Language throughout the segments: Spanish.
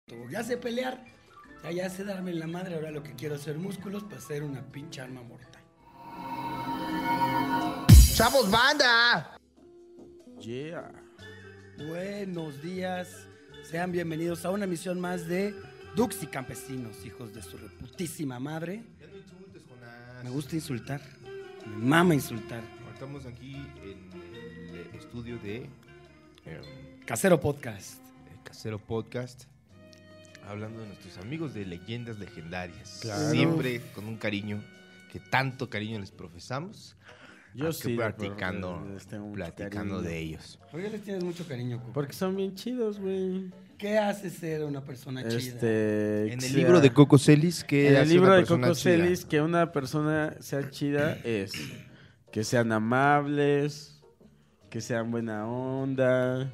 Ya sé pelear, ya sé darme en la madre, ahora lo que quiero es hacer músculos para hacer una pinche arma mortal. ¡Chavos, banda! Yeah. Buenos días, sean bienvenidos a una emisión más de Dux y Campesinos, hijos de su reputísima madre. Ya no insultes, Jonás. Me gusta insultar, me mama insultar. Estamos aquí en el estudio de Casero Podcast. Casero Podcast, hablando de nuestros amigos de leyendas legendarias. Claro. Siempre con un cariño, que tanto cariño les profesamos. Yo aquí sí, platicando les tengo mucho cariño. de ellos. ¿Por qué les tienes mucho cariño, Cuco? Porque son bien chidos, güey. ¿Qué hace ser una persona chida? En el libro de Coco Celis, En el libro de Coco Celis, que una persona sea chida es que sean amables, que sean buena onda,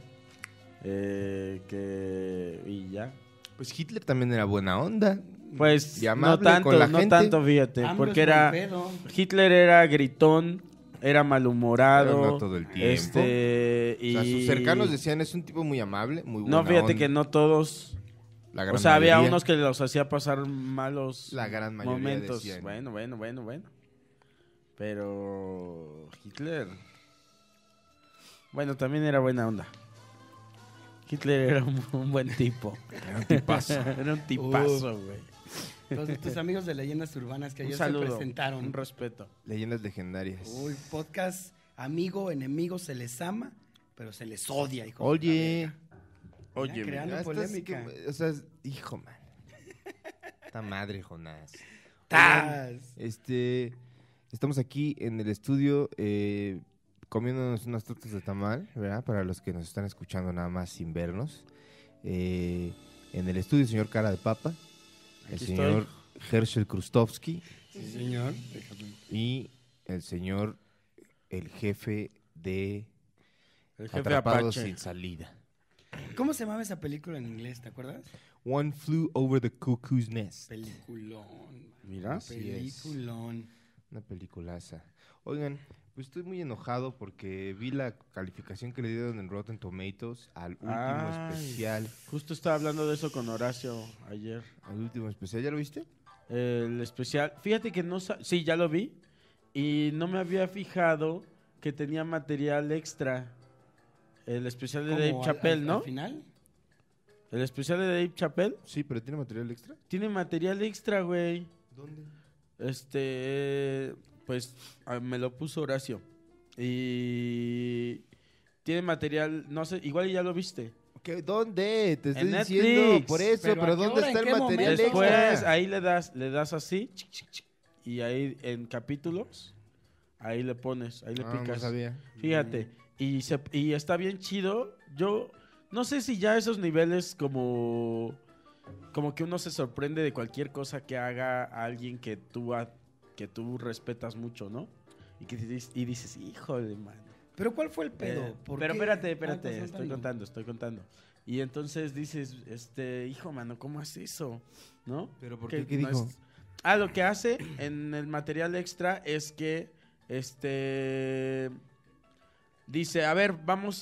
y ya. Pues Hitler también era buena onda. Pues Y no amable tanto, con la no gente. tanto, fíjate, AMLO porque es buen era pedo. Hitler era gritón, era malhumorado, Pero no todo el tiempo. y O sea, sus cercanos decían, es un tipo muy amable, muy buena no, fíjate onda. que no todos. La gran O sea, había mayoría. unos que los hacía pasar malos La gran mayoría momentos. decían. Bueno. Pero Hitler, bueno, también era buena onda. Hitler era un buen tipo. Era un tipazo. Era un tipazo, güey. Tus amigos de leyendas urbanas que Un ayer saludo, se presentaron. un respeto. Leyendas legendarias. Uy, podcast, amigo, enemigo, se les ama, pero se les odia, hijo. Oye. Oye, Ya creando Ya estás polémica. o sea, hijo, man. Esta madre, Jonás. ¡Tas! Estamos aquí en el estudio comiéndonos unas tortas de tamal, ¿verdad? Para los que nos están escuchando nada más sin vernos. En el estudio el señor Cara de Papa, el Aquí señor Herschel Krustovsky Sí, señor. y el señor, el jefe de el jefe Atrapados Apache. sin salida. ¿Cómo se llamaba esa película en inglés? ¿Te acuerdas? One Flew Over the Cuckoo's Nest. Peliculón. Mira. Así es. Peliculón. Una peliculaza. Oigan, pues estoy muy enojado porque vi la calificación que le dieron en Rotten Tomatoes al último Ay, especial. Justo estaba hablando de eso con Horacio ayer. Al último especial, ¿ya lo viste? El especial, fíjate que no, sí, ya lo vi y no me había fijado que tenía material extra. El especial de ¿Cómo, Dave Chappelle, al ¿no? final? El especial de Dave Chappelle Sí, pero ¿tiene material extra? tiene material extra, güey. ¿Dónde? Pues me lo puso Horacio. Y tiene material, no sé, igual ya lo viste. ¿Dónde? Te estoy En diciendo Netflix. por eso, ¿Pero pero a qué ¿dónde hora? está ¿En el qué material momento? extra? Después ahí le das así y ahí en capítulos, ahí le pones, ahí le Ah, no picas. sabía. Fíjate, y está bien chido. Yo no sé si ya esos niveles como que uno se sorprende de cualquier cosa que haga alguien que tú respetas mucho, ¿no? Y dices, híjole, man. ¿Pero cuál fue el pedo? ¿Por Pero qué? espérate, Ah, estoy contando. Y entonces dices, hijo, mano, ¿cómo hace eso? ¿No? ¿Pero por Que qué? ¿Qué no dijo? lo que hace en el material extra es que, dice, a ver, vamos,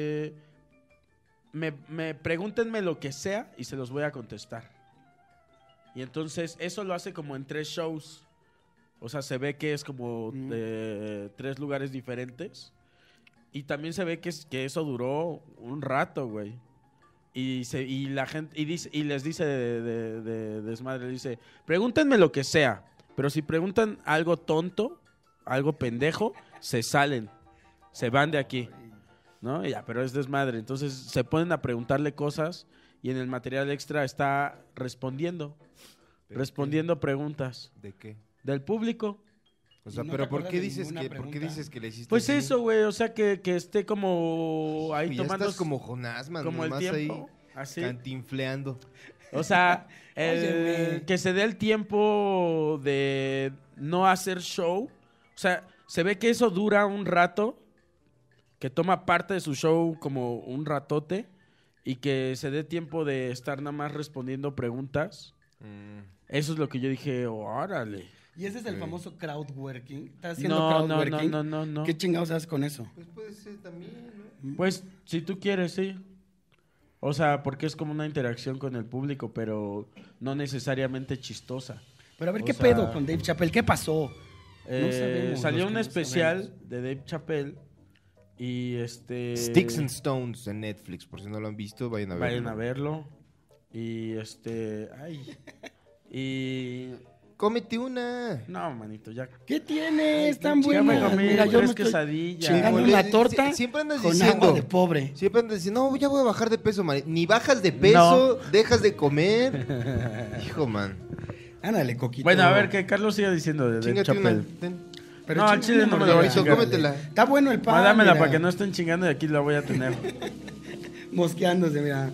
pregúntenme lo que sea y se los voy a contestar. Y entonces eso lo hace como en 3 shows. O sea, se ve que es como 3 lugares diferentes. Y también se ve que eso duró un rato, güey. Y la gente y les dice de desmadre, dice, pregúntenme lo que sea, pero si preguntan algo tonto, algo pendejo, se salen, se van de aquí, ¿no? Y ya, pero es desmadre. Entonces se ponen a preguntarle cosas y en el material extra está respondiendo preguntas ¿De qué? del público. O sea, ¿Y no pero te ¿por acuerdas qué de dices ninguna que por qué pregunta? dices que le hiciste Pues así? eso, güey, o sea, que esté como ahí Uy, ya tomando estás como Jonás, man, como el nomás tiempo, ahí así. cantinfleando. O sea, Óyeme. que se dé el tiempo de no hacer show. O sea, se ve que eso dura un rato, que toma parte de su show como un ratote y que se dé tiempo de estar nada más respondiendo preguntas. Eso es lo que yo dije, órale. Y ese es el Ok. famoso crowdworking. ¿Estás haciendo No, crowdworking? no. ¿Qué chingados haces con eso? Pues puede ser también, ¿no? Pues, si tú quieres, sí. O sea, porque es como una interacción con el público, pero no necesariamente chistosa. Pero a ver, O ¿qué sea, pedo con Dave Chappelle? ¿Qué pasó? No sabemos, salió los un que no especial sabemos. de Dave Chappelle y Sticks and Stones en Netflix, por si no lo han visto, vayan a verlo. vayan a verlo. Y y Cómete una. no, manito, ya. ¿Qué tiene? Están Ya me buenas. comí Mira, yo me 3 estoy quesadillas. chingando Híjole, una torta siempre andas con diciendo. agua de pobre. Siempre andas diciendo, no, ya voy a bajar de peso, man. Ni bajas de peso, dejas de comer. Hijo, man. Ándale, Coquito. Bueno, a ver, que Carlos siga diciendo de Dave Chingate una. Chappelle. Ten. Pero No, al chinga chile una no me la voy a mordida. chingar. Cómetela. Está bueno el pan. Dámela mira. para que no estén chingando y aquí la voy a tener. Mosqueándose, mira.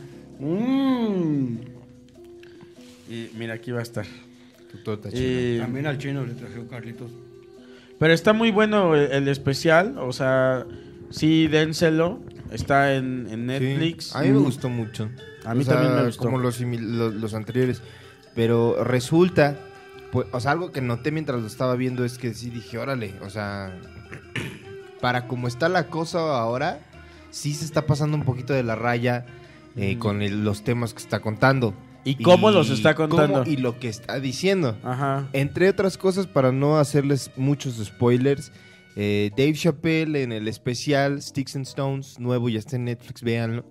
Y mira, aquí va a estar. Tu torta china. Y- También al chino le trajeron Carlitos. pero está muy bueno el especial, o sea, sí, dénselo. Está en Netflix. Sí, a mí me gustó mucho. A mí O sea, también me gustó. Como los anteriores. Pero resulta, pues, o sea, algo que noté mientras lo estaba viendo es que sí dije, órale, o sea, para como está la cosa ahora, sí se está pasando un poquito de la raya con los temas que está contando. ¿Y cómo los está contando? Y lo que está diciendo. Ajá. Entre otras cosas, para no hacerles muchos spoilers, Dave Chappelle en el especial Sticks and Stones, nuevo, ya está en Netflix, véanlo,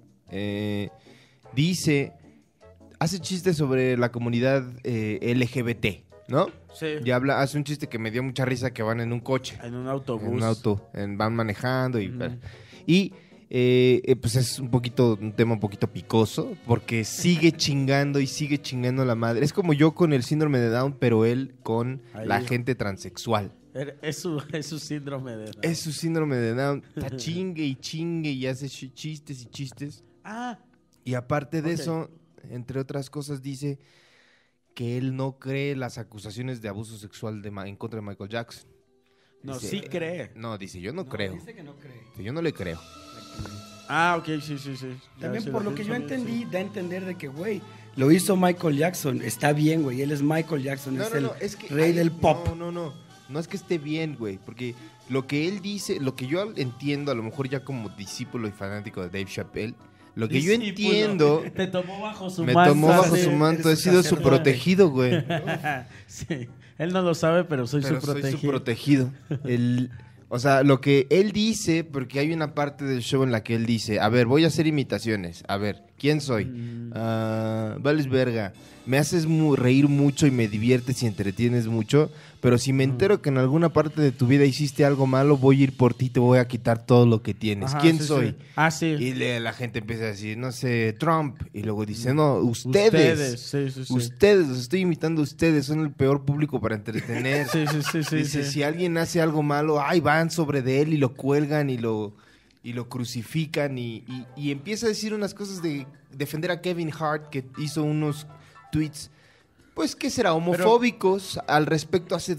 hace chistes sobre la comunidad LGBT, ¿no? Sí. Y hace un chiste que me dio mucha risa, que van en un coche, En un autobús. en un auto, van manejando Ujú. y pues es un tema un poquito picoso, porque sigue chingando y sigue chingando a la madre. Es como yo con el síndrome de Down, pero él con Ahí. la gente transexual. Es su síndrome de... Es su síndrome de Down. Está chingue y hace chistes y chistes. Ah, Y aparte de Ok. eso, entre otras cosas, dice que él no cree las acusaciones de abuso sexual en contra de Michael Jackson. no, Dice, sí cree. No, dice, yo no creo. Dice que no cree. Dice, yo no le creo. Ah, ok, sí. Ya, También sí por lo que yo pienso bien, entendí, sí. da a entender de que, güey, lo hizo Michael Jackson. Está bien, güey. Él es Michael Jackson. es el es que rey del pop. No es que esté bien, güey, porque lo que él dice, lo que yo entiendo, a lo mejor ya como discípulo y fanático de Dave Chappelle, lo que yo Discípulo. entiendo, Te tomó bajo su me manta. tomó bajo sí, su manto, he eres sido su sacerdote. protegido, güey. Sí. Él no lo sabe, pero soy Pero su soy protegido. su protegido. O sea, lo que él dice, porque hay una parte del show en la que él dice, a ver, voy a hacer imitaciones. A ver, ¿quién soy? Vales verga. Me haces reír mucho y me diviertes y entretienes mucho, pero si me entero que en alguna parte de tu vida hiciste algo malo, voy a ir por ti y te voy a quitar todo lo que tienes. Ajá, ¿Quién sí, soy? sí. Ah, sí. Y la gente empieza a decir, no sé, Trump. Y luego dice, no, ustedes. Sí. Ustedes, los estoy imitando a ustedes, son el peor público para entretener. Sí. Dice, si alguien hace algo malo, ay, van sobre de él y lo cuelgan y lo crucifican y empieza a decir unas cosas de defender a Kevin Hart, que hizo unos tweets, pues, ¿qué será? Homofóbicos al respecto hace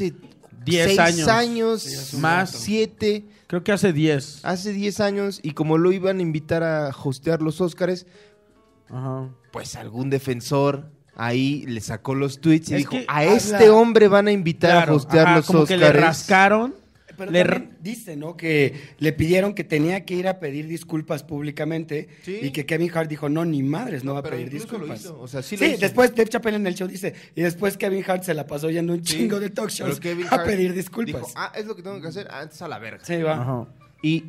10 6 años. años, Sí, hace un Más. rato. 7, Creo que hace 10. hace 10 años, y como lo iban a invitar a hostear los Óscares, Ajá. pues algún defensor ahí le sacó los tweets y Es dijo, que a habla- este hombre van a invitar a Claro, hostear ajá, los como que le Óscares. rascaron. Pero Le también dice, ¿no? Que le pidieron que tenía que ir a pedir disculpas públicamente Sí. y que Kevin Hart dijo, no, ni madres, no va a Pero pedir incluso lo disculpas. hizo, o sea, sí Sí, lo hizo. después Dave Chappelle en el show dice, y después Kevin Hart se la pasó yendo un chingo de talk Pero shows Kevin a Hart pedir disculpas. dijo, es lo que tengo que hacer, antes a la verga. Sí, va. Ajá. Y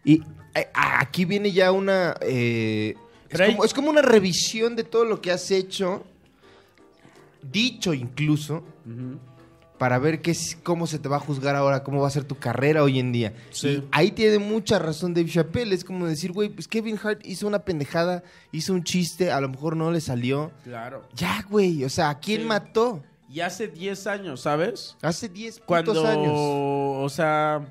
aquí viene ya una... Pero hay- es como una revisión de todo lo que has hecho, dicho incluso, Ujú. para ver cómo se te va a juzgar ahora, cómo va a ser tu carrera hoy en día. Sí. Y ahí tiene mucha razón Dave Chappelle. Es como decir, güey, pues Kevin Hart hizo una pendejada, hizo un chiste, a lo mejor no le salió. Claro. Ya, güey, o sea, ¿a quién Sí. mató? Y hace 10 años, ¿sabes? Hace 10 Cuando, putos años. o sea,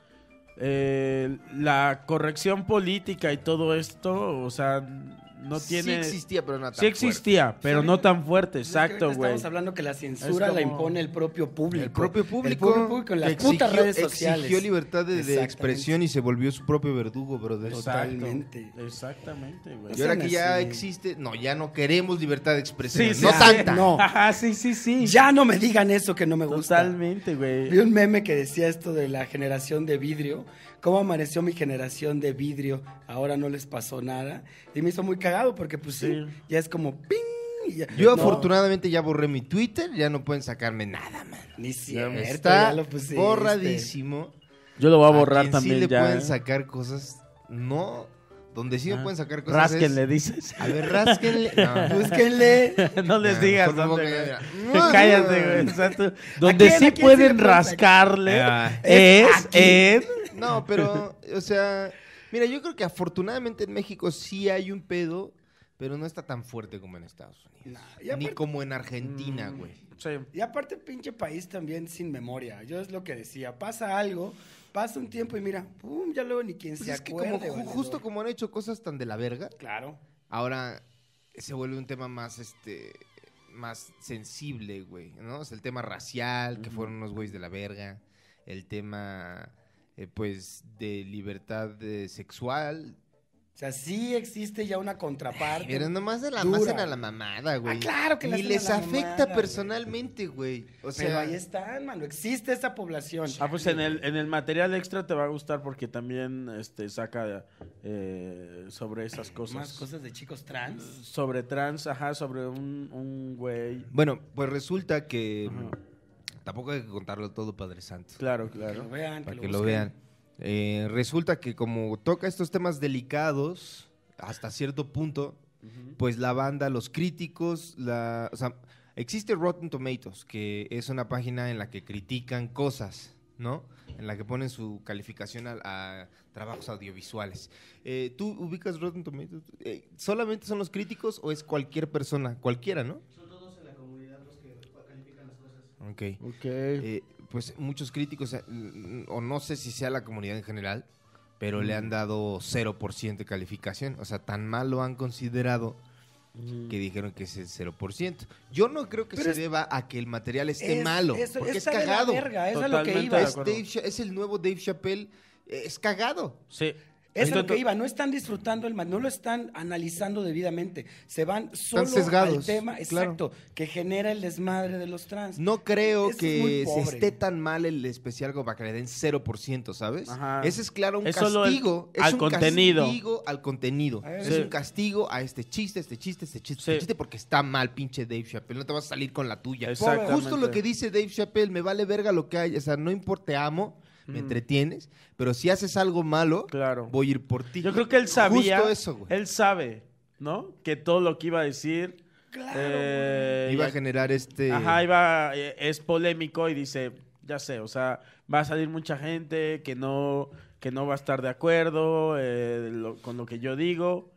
la corrección política y todo esto, o sea, no tiene... Sí existía, pero no tan Sí existía, pero Sí. no tan fuerte, Es que exacto, ahorita güey. Estamos hablando que la censura Es la como- impone el propio público. El propio El público. propio público en las que putas redes sociales. Exigió libertad de Exactamente. expresión y se volvió su propio verdugo, brother. Exacto. Totalmente. Exactamente, güey. Y ahora sean que ya así. existe, no, ya no queremos libertad de expresión. Sí, no sí, tanta. No. Ajá, sí. Ya no me digan eso que no me gusta. Totalmente, güey. Vi un meme que decía esto de la generación de vidrio, cómo amaneció mi generación de vidrio, ahora no les pasó nada. Y me hizo muy cagado porque pues sí, ya es como ¡ping! Y ya- Yo no, afortunadamente ya borré mi Twitter, ya no pueden sacarme nada, man. Ni cierto, Está ya lo pusiste. borradísimo. Yo lo voy a A borrar quien también sí le ya. pueden sacar cosas, no. Donde sí me pueden sacar cosas Rásquenle, es... dices. A ver, rásquenle. No. Búsquenle. No les Ya, digas por favor, dónde, que güey. ya, Cállate, güey. O sea, tú- donde quién? sí ¿A quién sí pueden le pueden rascarle Ah. es aquí. en... No, pero, o sea, mira, yo creo que afortunadamente en México sí hay un pedo, pero no está tan fuerte como en Estados Unidos. Nah, y Ni aparte- como en Argentina, güey. Sí. Y aparte, pinche país también sin memoria. Yo es lo que decía. Pasa algo, pasa un tiempo y mira, pum, ya luego ni quien Pues se es que como acuerde. valedor. justo como han hecho cosas tan de la verga, Claro. ahora se vuelve un tema más, más sensible, güey, ¿no? O sea, el tema racial, que fueron unos güeyes de la verga, el tema, pues, de libertad sexual. O sea, sí existe ya una contraparte. Pero nomás se la dura. hacen a la mamada, güey. Ah, claro que la Ni hacen a les la afecta mamada, personalmente, güey. O Pero sea, ahí están, mano. Existe esa población. Pues en el material extra te va a gustar porque también saca sobre esas cosas. Más cosas de chicos trans. Sobre trans, ajá, sobre un güey. bueno, pues resulta que Ajá. tampoco hay que contarlo todo, Padre Santo. Claro, Que claro. lo vean, Para que que lo lo busquen. vean. Resulta que como toca estos temas delicados, hasta cierto punto, pues la banda, los críticos, o sea, existe Rotten Tomatoes, que es una página en la que critican cosas, ¿no? En la que ponen su calificación a trabajos audiovisuales. ¿Tú ubicas Rotten Tomatoes? ¿Solamente son los críticos o es cualquier persona? Cualquiera, ¿no? Son todos en la comunidad los que califican las cosas. Ok. Ok. Pues muchos críticos, o no sé si sea la comunidad en general, pero le han dado 0% de calificación. O sea, tan mal lo han considerado que dijeron que es el 0%. Yo no creo que Pero se es- deba a que el material esté Es- malo, eso porque es está de la cagado. verga, es a lo que Totalmente iba. de Es, acuerdo. es el nuevo Dave Chappelle, es cagado. Sí. Es a lo Entonces- que iba, no están disfrutando no lo están analizando debidamente. Se van solo sesgados, al tema, claro. exacto, que genera el desmadre de los trans. No creo Eso es muy que se pobre. esté tan mal el especial como para que le den 0%, ¿sabes? Ajá. Ese es claro un Es solo el- castigo. Es al un contenido. castigo al contenido. A ver. Es Sí. un castigo a este chiste, Sí. porque está mal, pinche Dave Chappelle. No te vas a salir con la tuya. Exactamente. Justo lo que dice Dave Chappelle, me vale verga lo que hay. O sea, no importa, te amo, me entretienes, pero si haces algo malo, Claro. voy a ir por ti. Yo creo que él sabía. Justo eso, güey. Él sabe, ¿no? Que todo lo que iba a decir. Claro, Iba a ya- generar Ajá, es polémico y dice, ya sé, o sea, va a salir mucha gente que no va a estar de acuerdo con lo que yo digo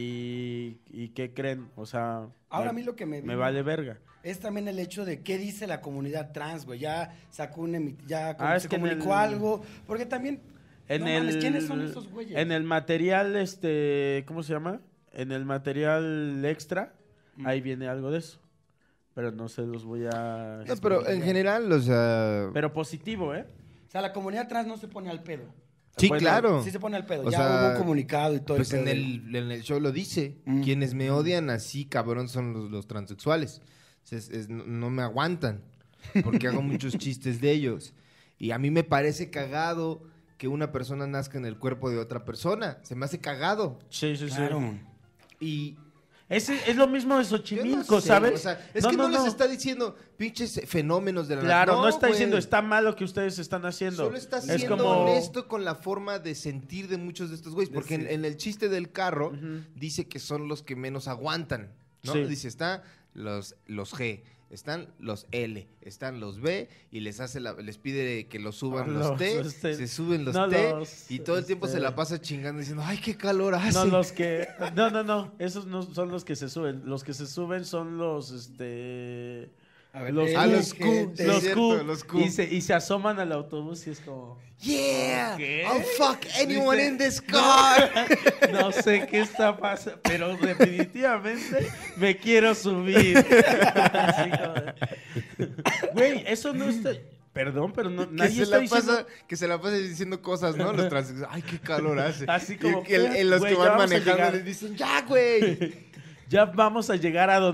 y ¿qué creen? O sea, Ahora a mí lo que me me vale verga. es también el hecho de qué dice la comunidad trans, güey. Ya sacó ya Es se que en comunicó el- algo, porque también En no el mames, ¿quiénes son esos güeyes? En el material ¿cómo se llama? En el material extra ahí viene algo de eso. Pero no se los voy a No, pero en general, o sea... Pero positivo, ¿eh? O sea, la comunidad trans no se pone al pedo. Sí, Bueno, claro. Sí se pone al pedo. O Ya sea, hubo un comunicado y todo Pues el en pedo. el show lo dice. Mm. Quienes me odian así, cabrón, son los transexuales. No me aguantan porque hago muchos chistes de ellos. Y a mí me parece cagado que una persona nazca en el cuerpo de otra persona. Se me hace cagado. Sí, sí, sí. Claro. Y Es lo mismo de yo no Xochimilco, sé, ¿sabes? o sea, es que no les está diciendo pinches fenómenos de la Claro, no está güey. diciendo está mal lo que ustedes están haciendo. Solo está es siendo como honesto con la forma de sentir de muchos de estos güeyes. Porque en el chiste del carro Ujú. dice que son los que menos aguantan, ¿no? Sí. Dice, está los G, están los L, están los B y les pide que los suban los T, se suben los no T los, y todo el tiempo se la pasa chingando diciendo, ay, qué calor hace. No los que no, esos no son los que se suben. Los que se suben son los A ver, los los LGBT. Q, sí, los cierto, Q, los Q. y se asoman al autobús y es como Yeah, ¿Qué? I'll fuck anyone Dice- in this car. no sé qué está pasando, pero definitivamente me quiero subir. Así como- Güey, eso no está. Perdón, pero no, que nadie se está la diciendo. pasa, que se la pasa diciendo cosas, ¿no? Los transexuales, ay, qué calor hace. Así como, Y que los güey, que ya van vamos a manejando llegar. les dicen, ya, güey. Ya vamos a llegar a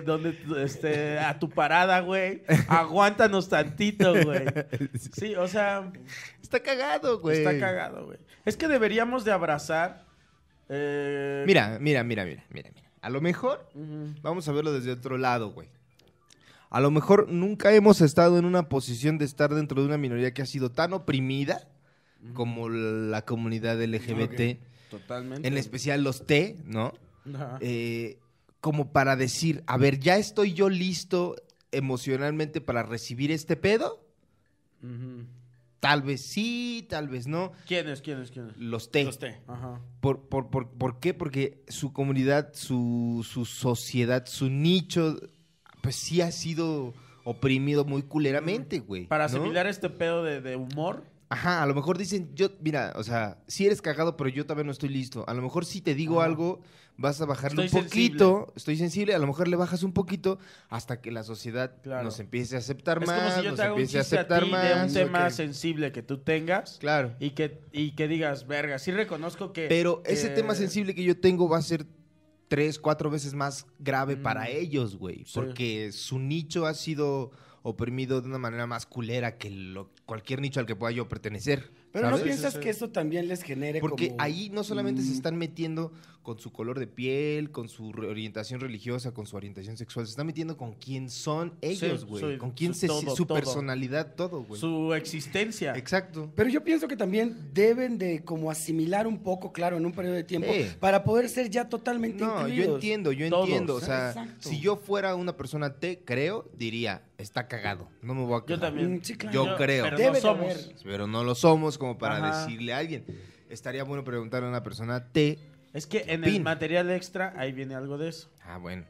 a tu parada, güey. Aguántanos tantito, güey. Sí, o sea, está cagado, güey. Está cagado, güey. Es que deberíamos de abrazar... Mira. A lo mejor, Ujú. vamos a verlo desde otro lado, güey. A lo mejor nunca hemos estado en una posición de estar dentro de una minoría que ha sido tan oprimida como la comunidad LGBT, Totalmente. en especial los T, ¿no? Ajá. Como para decir, a ver, ¿ya estoy yo listo emocionalmente para recibir este pedo? Ujú. Tal vez sí, tal vez no. ¿Quiénes? Los T. Los té. Ajá. ¿Por qué? Porque su comunidad, su sociedad, su nicho, pues sí ha sido oprimido muy culeramente, güey. Para ¿no? asimilar este pedo de humor. Ajá, a lo mejor dicen, mira, o sea, sí eres cagado, pero yo todavía no estoy listo. A lo mejor si te digo Ajá. algo, vas a bajarle Estoy un poquito. Estoy sensible, a lo mejor le bajas un poquito hasta que la sociedad Claro. nos empiece a aceptar Es más, como si yo nos te hago un empiece a chiste a aceptar ti de un más. tema Ok. sensible que tú tengas Claro. y que digas, verga, sí reconozco que... Pero ese que- tema sensible que yo tengo va a ser 3, 4 veces más grave Mm. para ellos, güey. Sí. Porque su nicho ha sido oprimido de una manera más culera que cualquier nicho al que pueda yo pertenecer. Pero ¿sabes? ¿no piensas Sí, sí. que eso también les genere Porque como... ahí no solamente se Mm. están metiendo con su color de piel, con su orientación religiosa, con su orientación sexual, se están metiendo con quién son ellos, güey. soy- Con quién su todo, su todo. personalidad, todo, güey. Su existencia. Exacto. Pero yo pienso que también deben de como asimilar un poco, claro, en un periodo de tiempo, Sí. para poder ser ya totalmente No, incluidos. yo entiendo. Todos. O sea, Exacto. si yo fuera una persona T, creo, diría, está cagado. No me voy a Yo quejar. también. Sí, claro. Yo creo. Pero Debe no de somos. haber. Pero no lo somos como para Ajá. decirle a alguien. Estaría bueno preguntarle a una persona T. Es que en opina? el material extra ahí viene algo de eso. Ah, bueno.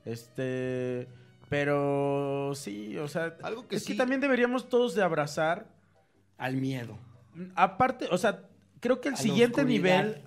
Pero sí, o sea, Algo que es que sí- también deberíamos todos de abrazar. Al miedo. Aparte, o sea, creo que el A la siguiente oscuridad. nivel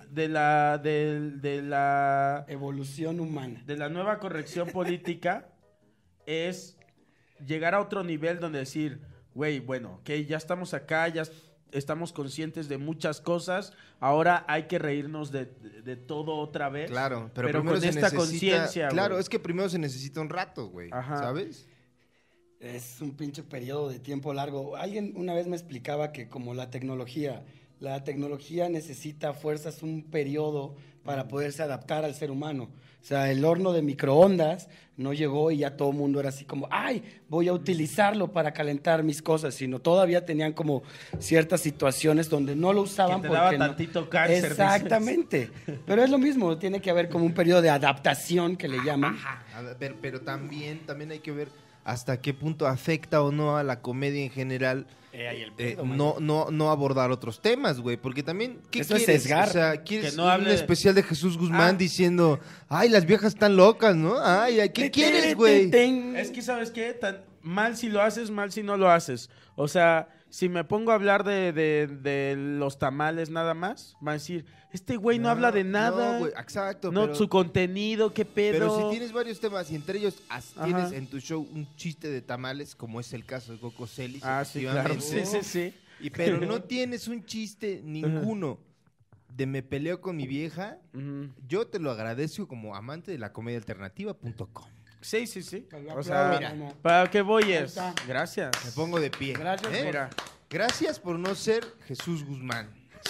de Evolución humana. la nueva corrección política es llegar a otro nivel donde decir, güey, bueno, que ya estamos acá, ya estamos conscientes de muchas cosas, ahora hay que reírnos de todo otra vez. Claro, pero, Pero primero con se esta necesita- conciencia, Claro, güey. es que primero se necesita un rato, güey. Ajá. ¿Sabes? Es un pinche periodo de tiempo largo. Alguien una vez me explicaba que como la tecnología necesita a fuerzas un periodo para poderse adaptar al ser humano. O sea, el horno de microondas no llegó y ya todo el mundo era así como, ay, voy a utilizarlo para calentar mis cosas, sino todavía tenían como ciertas situaciones donde no lo usaban Que te daba porque no- tantito cáncer, dices. Exactamente. Pero es lo mismo, tiene que haber como un periodo de adaptación que le llaman. A ver, pero también hay que ver hasta qué punto afecta o no a la comedia en general no abordar otros temas, güey, porque también ¿qué Eso es quieres? sesgar. O sea, quieres Que no un hable- especial de Jesús Guzmán Ah. diciendo, "Ay, las viejas están locas, ¿no? Ay, ¿qué quieres, güey?" Es que, ¿sabes qué? Tan mal si lo haces, mal si no lo haces. O sea, si me pongo a hablar de los tamales nada más, va a decir, este güey no habla de nada. No, güey, exacto, No, pero- su contenido, qué pedo. Pero si tienes varios temas y entre ellos Ajá. tienes en tu show un chiste de tamales, como es el caso de Coco Celis, Ah, sí, claro. Sí, efectivamente, sí, sí. pero no tienes un chiste ninguno de me peleo con mi vieja, Ujú. yo te lo agradezco como amante de la comedia alternativa.com. Sí, sí, sí. Pues lo O aplaudo, sea, mano. ¿para qué voy es? Ahí está. Gracias. Me pongo de pie. Gracias ¿eh? Mira, Gracias por no ser Jesús Guzmán.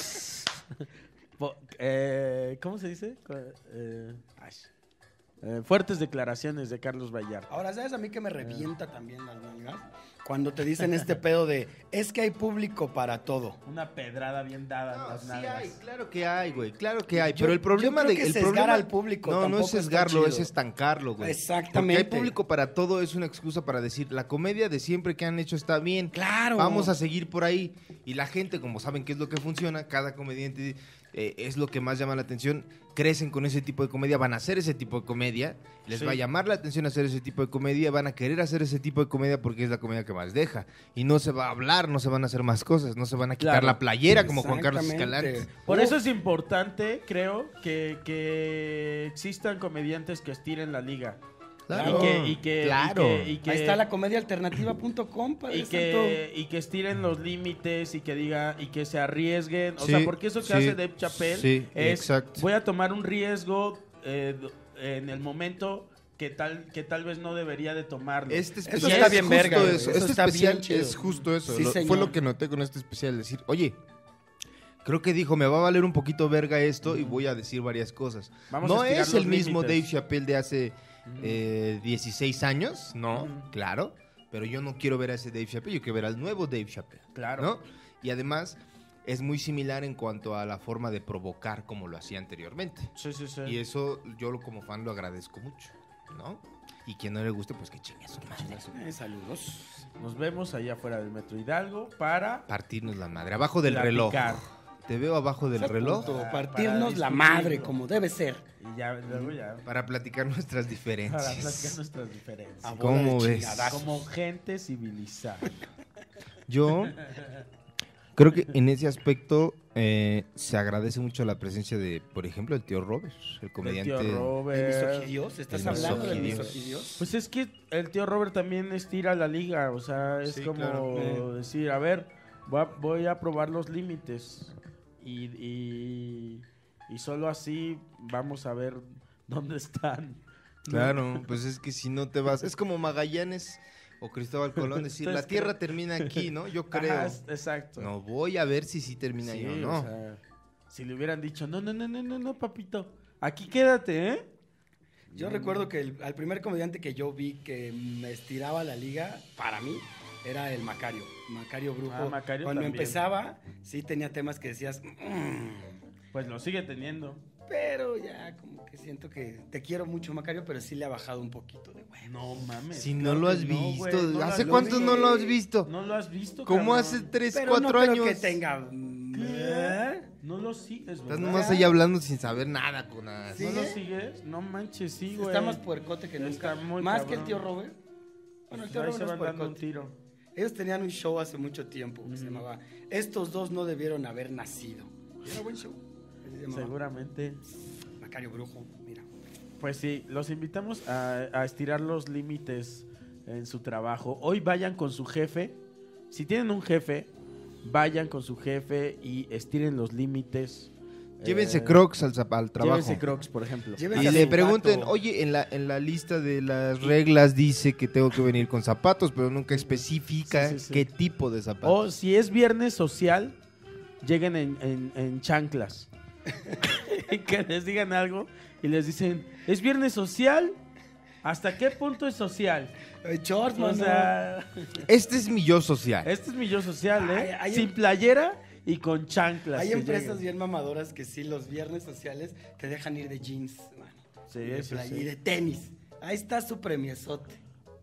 ¿cómo se dice? Fuertes declaraciones de Carlos Vallarta. Ahora, ¿sabes a mí que me revienta también las nalgas? Cuando te dicen este pedo de, es que hay público para todo. Una pedrada bien dada en No, las sí nalgas. hay, claro que hay, güey, claro que hay. Yo- pero el problema yo creo de que el sesgar problema al público no es tampoco está sesgarlo, es chido. estancarlo, güey. Exactamente. Porque hay público para todo es una excusa para decir la comedia de siempre que han hecho está bien. Claro. Vamos a seguir por ahí. Y la gente, como saben qué es lo que funciona, cada comediante es lo que más llama la atención. Crecen con ese tipo de comedia, van a hacer ese tipo de comedia, les Sí. va a llamar la atención hacer ese tipo de comedia, van a querer hacer ese tipo de comedia porque es la comedia que más deja. Y no se va a hablar, no se van a hacer más cosas, no se van a quitar Claro. la playera como Juan Carlos Exactamente. Escalante. Por eso es importante, creo, que existan comediantes que estiren la liga. Claro, Y que claro. Ahí está la comediaalternativa.com, padre santo. y que estiren los límites y que diga y que se arriesguen, o Sí, sea, porque eso que sí, hace Dave Chappelle sí, es exacto. voy a tomar un riesgo en el momento que tal vez no debería de tomarlo. Este Eso especial está es bien justo verga, güey. eso. Eso Este está especial bien chido. es justo eso. Sí, Fue señor. lo que noté con este especial. Decir, oye, creo que dijo, me va a valer un poquito verga esto y voy a decir varias cosas. Vamos No a estirar es los el mismo límites. Dave Chappelle de hace 16 años, no, claro. Pero yo no quiero ver a ese Dave Chappelle, yo quiero ver al nuevo Dave Chappelle. Claro. ¿No? Y además es muy similar en cuanto a la forma de provocar como lo hacía anteriormente. Sí. Y eso yo como fan lo agradezco mucho, ¿no? Y quien no le guste, pues que chingue a su madre. Saludos. Nos vemos allá afuera del Metro Hidalgo para Partirnos la madre, abajo del platicar. reloj. Te veo abajo del reloj Punto, Para partirnos la discutirlo. madre como debe ser. Y ya, luego ya. para platicar nuestras Para diferencias. platicar nuestras diferencias. A bola ¿Cómo de ves? chingadazos. Como gente civilizada. Yo creo que en ese aspecto se agradece mucho la presencia de, por ejemplo, el tío Robert, el comediante. El tío ¿El Robert. misogidios? ¿Estás El hablando del misogidios. misogidios? Pues es que el tío Robert también estira la liga. O sea, es Sí, como claro. decir, a ver, voy a probar los límites. Y solo así vamos a ver dónde están. Claro, pues es que si no te vas, es como Magallanes o Cristóbal Colón decir, Entonces, la tierra termina aquí, ¿no? Yo creo. Ajá, exacto. No, voy a ver si sí termina Sí, ahí o no. o sea, si le hubieran dicho, no, papito, aquí quédate, ¿eh? Yo recuerdo que al primer comediante que yo vi que me estiraba la liga, para mí, era el Macario. Macario Brujo. Ah, Macario Cuando también. empezaba, sí tenía temas que decías, Pues lo sigue teniendo. pero ya como que siento que te quiero mucho, Macario, pero sí le ha bajado un poquito de huevo. No mames. Si claro no lo que has no, visto, güey, no lo ¿hace has- cuánto no lo has visto? No lo has visto, Como cabrón. hace 3, Pero 4 no creo años. que tenga... ¿Qué? No lo sigues, Estás ¿verdad? nomás ahí hablando sin saber nada, con nada. Sí. ¿No lo sigues? No manches, sí, güey. Está más puercote que Está nunca. muy Más cabrón. que el tío Robert. Bueno, el tío Ahí Robert se no es van dando un puercote. tiro. Ellos tenían un show hace mucho tiempo que se llamaba Estos dos no debieron haber nacido. Y era buen show. Se llamaba Seguramente. Macario Brujo, mira. Pues sí, los invitamos a estirar los límites en su trabajo. Hoy vayan con su jefe. Si tienen un jefe, vayan con su jefe y estiren los límites. Llévense Crocs al trabajo. Llévense Crocs, por ejemplo. Llévense Y a le su pregunten, gato. oye, en la lista de las reglas dice que tengo que venir con zapatos, pero nunca especifica Sí, sí, sí. qué tipo de O zapatos. si es viernes social, lleguen en chanclas. Que les digan algo y les dicen, ¿es viernes social? ¿Hasta qué punto es social? Shorts, O mano. sea, Este es mi yo social. este es mi yo social, ¿eh? Hay- Sin playera y con chanclas. Hay que empresas lleguen. bien mamadoras que sí, los viernes sociales te dejan ir de jeans, mano. Sí, Y de sí, sí. y de tenis. Ahí está su premiesote.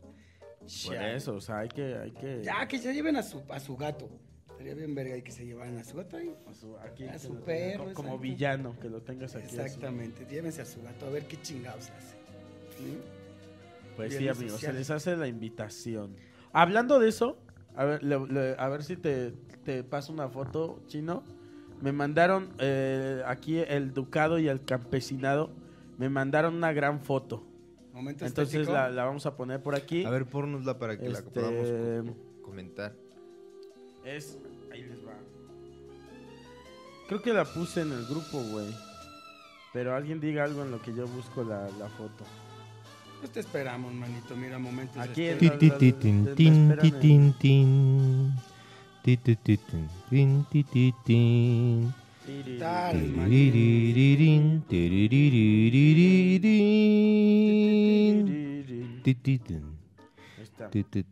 Por eso, o sea, hay que... Ya, que se lleven a su gato. Estaría bien verga y que se llevaran a su gato ahí. Aquí, A que su lo tengas perro, como exacto. villano, que lo tengas aquí. así. Exactamente. Llévense a su gato a ver qué chingados hace. ¿Mm? Pues sí, Viernes amigos, social. se les hace la invitación. Hablando de eso, a ver si te paso una foto, Chino. Me mandaron aquí el ducado y el campesinado. Me mandaron una gran foto. Momento Entonces estético. la vamos a poner por aquí. A ver, pórnosla para que la Este- podamos comentar. Ahí les va. Creo que la puse en el grupo, güey. Pero alguien diga algo en lo que yo busco la foto. Pues te esperamos, manito. Mira, momentos Aquí estéticos. Tal, Ahí está.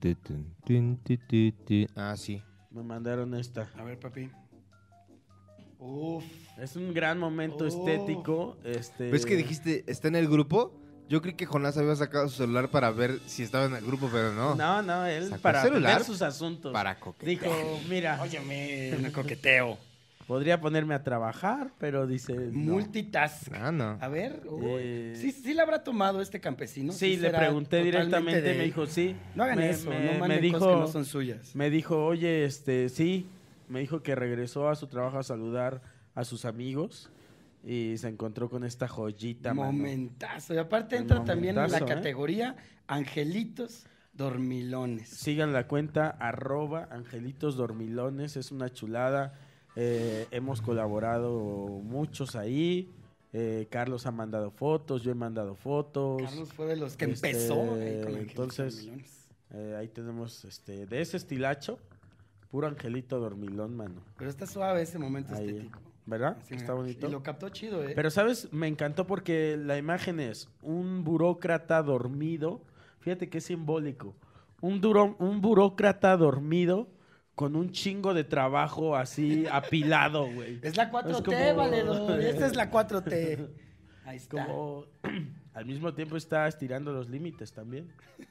Ah, sí. Me mandaron esta. A ver, papi. Uf. Es un gran momento Oh. estético. ¿Ves que dijiste, está en el grupo? Yo creí que Jonás había sacado su celular para ver si estaba en el grupo, pero no. No, él Sacó para celular ver sus asuntos. Para coquetear. Dijo, mira, Óyeme, un coqueteo. podría ponerme a trabajar, pero dice no. Multitask. Ah, no. A ver, uy. Eh, ¿Sí le habrá tomado este campesino? Sí, le será pregunté totalmente directamente, de- me dijo, sí. No hagan Me- eso, me- no me manden dijo, cosas que no son suyas. Me dijo, oye, sí. Me dijo que regresó a su trabajo a saludar a sus amigos y se encontró con esta joyita, mano. Momentazo. Y aparte Un entra también en la momentazo, ¿eh? categoría Angelitos Dormilones. Sigan la cuenta @Angelitos Dormilones, es una chulada. Hemos colaborado muchos ahí. Carlos ha mandado fotos, yo he mandado fotos. Carlos fue de los que empezó con Angelitos entonces, Dormilones. ahí tenemos de ese estilacho, puro Angelito Dormilón, mano. Pero está suave ese momento Ahí, estético. ¿verdad? Así, Está bonito. Y lo captó chido, ¿eh? Pero, ¿sabes? Me encantó porque la imagen es un burócrata dormido. Fíjate qué simbólico. Un burócrata dormido con un chingo de trabajo así apilado, güey. Es la 4T, Es como- valedor. Esta es la 4T. Ahí está. Como al mismo tiempo está estirando los límites también.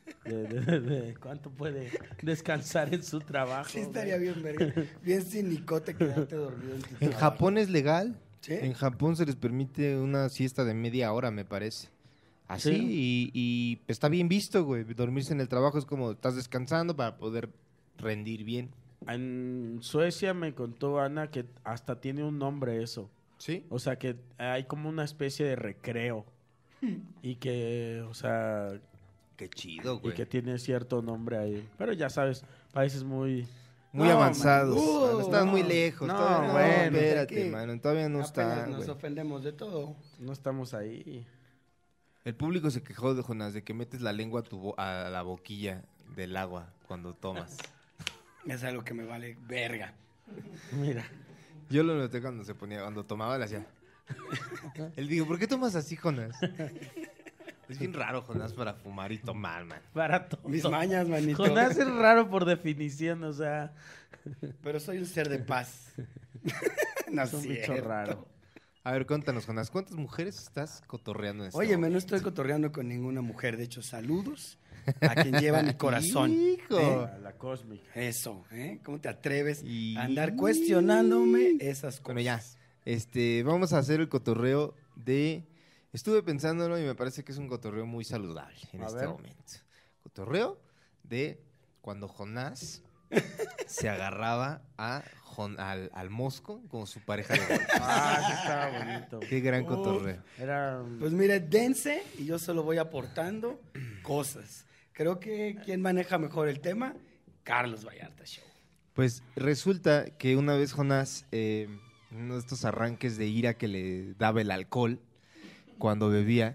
De cuánto puede descansar en su trabajo. Sí estaría bien, verga. Bien cinicote quedarte dormido en tu En trabajo. Japón es legal. ¿Sí? En Japón se les permite una siesta de media hora, me parece. Así, ¿Sí? y está bien visto, güey. Dormirse en el trabajo es como estás descansando para poder rendir bien. En Suecia me contó Ana que hasta tiene un nombre eso. ¿Sí? O sea que hay como una especie de recreo. Y que, o sea, Qué chido, y güey. que tiene cierto nombre ahí. Pero ya sabes, países muy... Muy No, avanzados. man. Mano, estás No. muy lejos. No, todavía bueno. espérate, Aquí mano. Todavía no Apenas está, nos güey. ofendemos de todo. No estamos ahí. El público se quejó de Jonás de que metes la lengua a la boquilla del agua cuando tomas. Es algo que me vale verga. Mira. Yo lo noté cuando tomaba, le hacía. Él dijo, ¿por qué tomas así, Jonás? Es bien raro, Jonás, para fumar y tomar, man. Para todo. Mis mañas, manito. Jonás es raro por definición, o sea, Pero soy un ser de paz. No es un bicho cierto. raro. A ver, cuéntanos, Jonás, ¿cuántas mujeres estás cotorreando en este Oye, momento? no estoy cotorreando con ninguna mujer. De hecho, saludos a quien lleva mi corazón. Hijo. ¿Eh? La cósmica. Eso, ¿eh? ¿Cómo te atreves Y- a andar cuestionándome esas cosas? Bueno, ya. Vamos a hacer el cotorreo de... Estuve pensándolo y me parece que es un cotorreo muy saludable en A este ver. momento. Cotorreo de cuando Jonás se agarraba al mosco como su pareja de golf. Ah, sí estaba bonito. Qué gran cotorreo. Era... Pues mire, dense y yo solo voy aportando cosas. Creo que quien maneja mejor el tema, Carlos Vallarta Show. Pues resulta que una vez Jonás, en uno de estos arranques de ira que le daba el alcohol cuando bebía,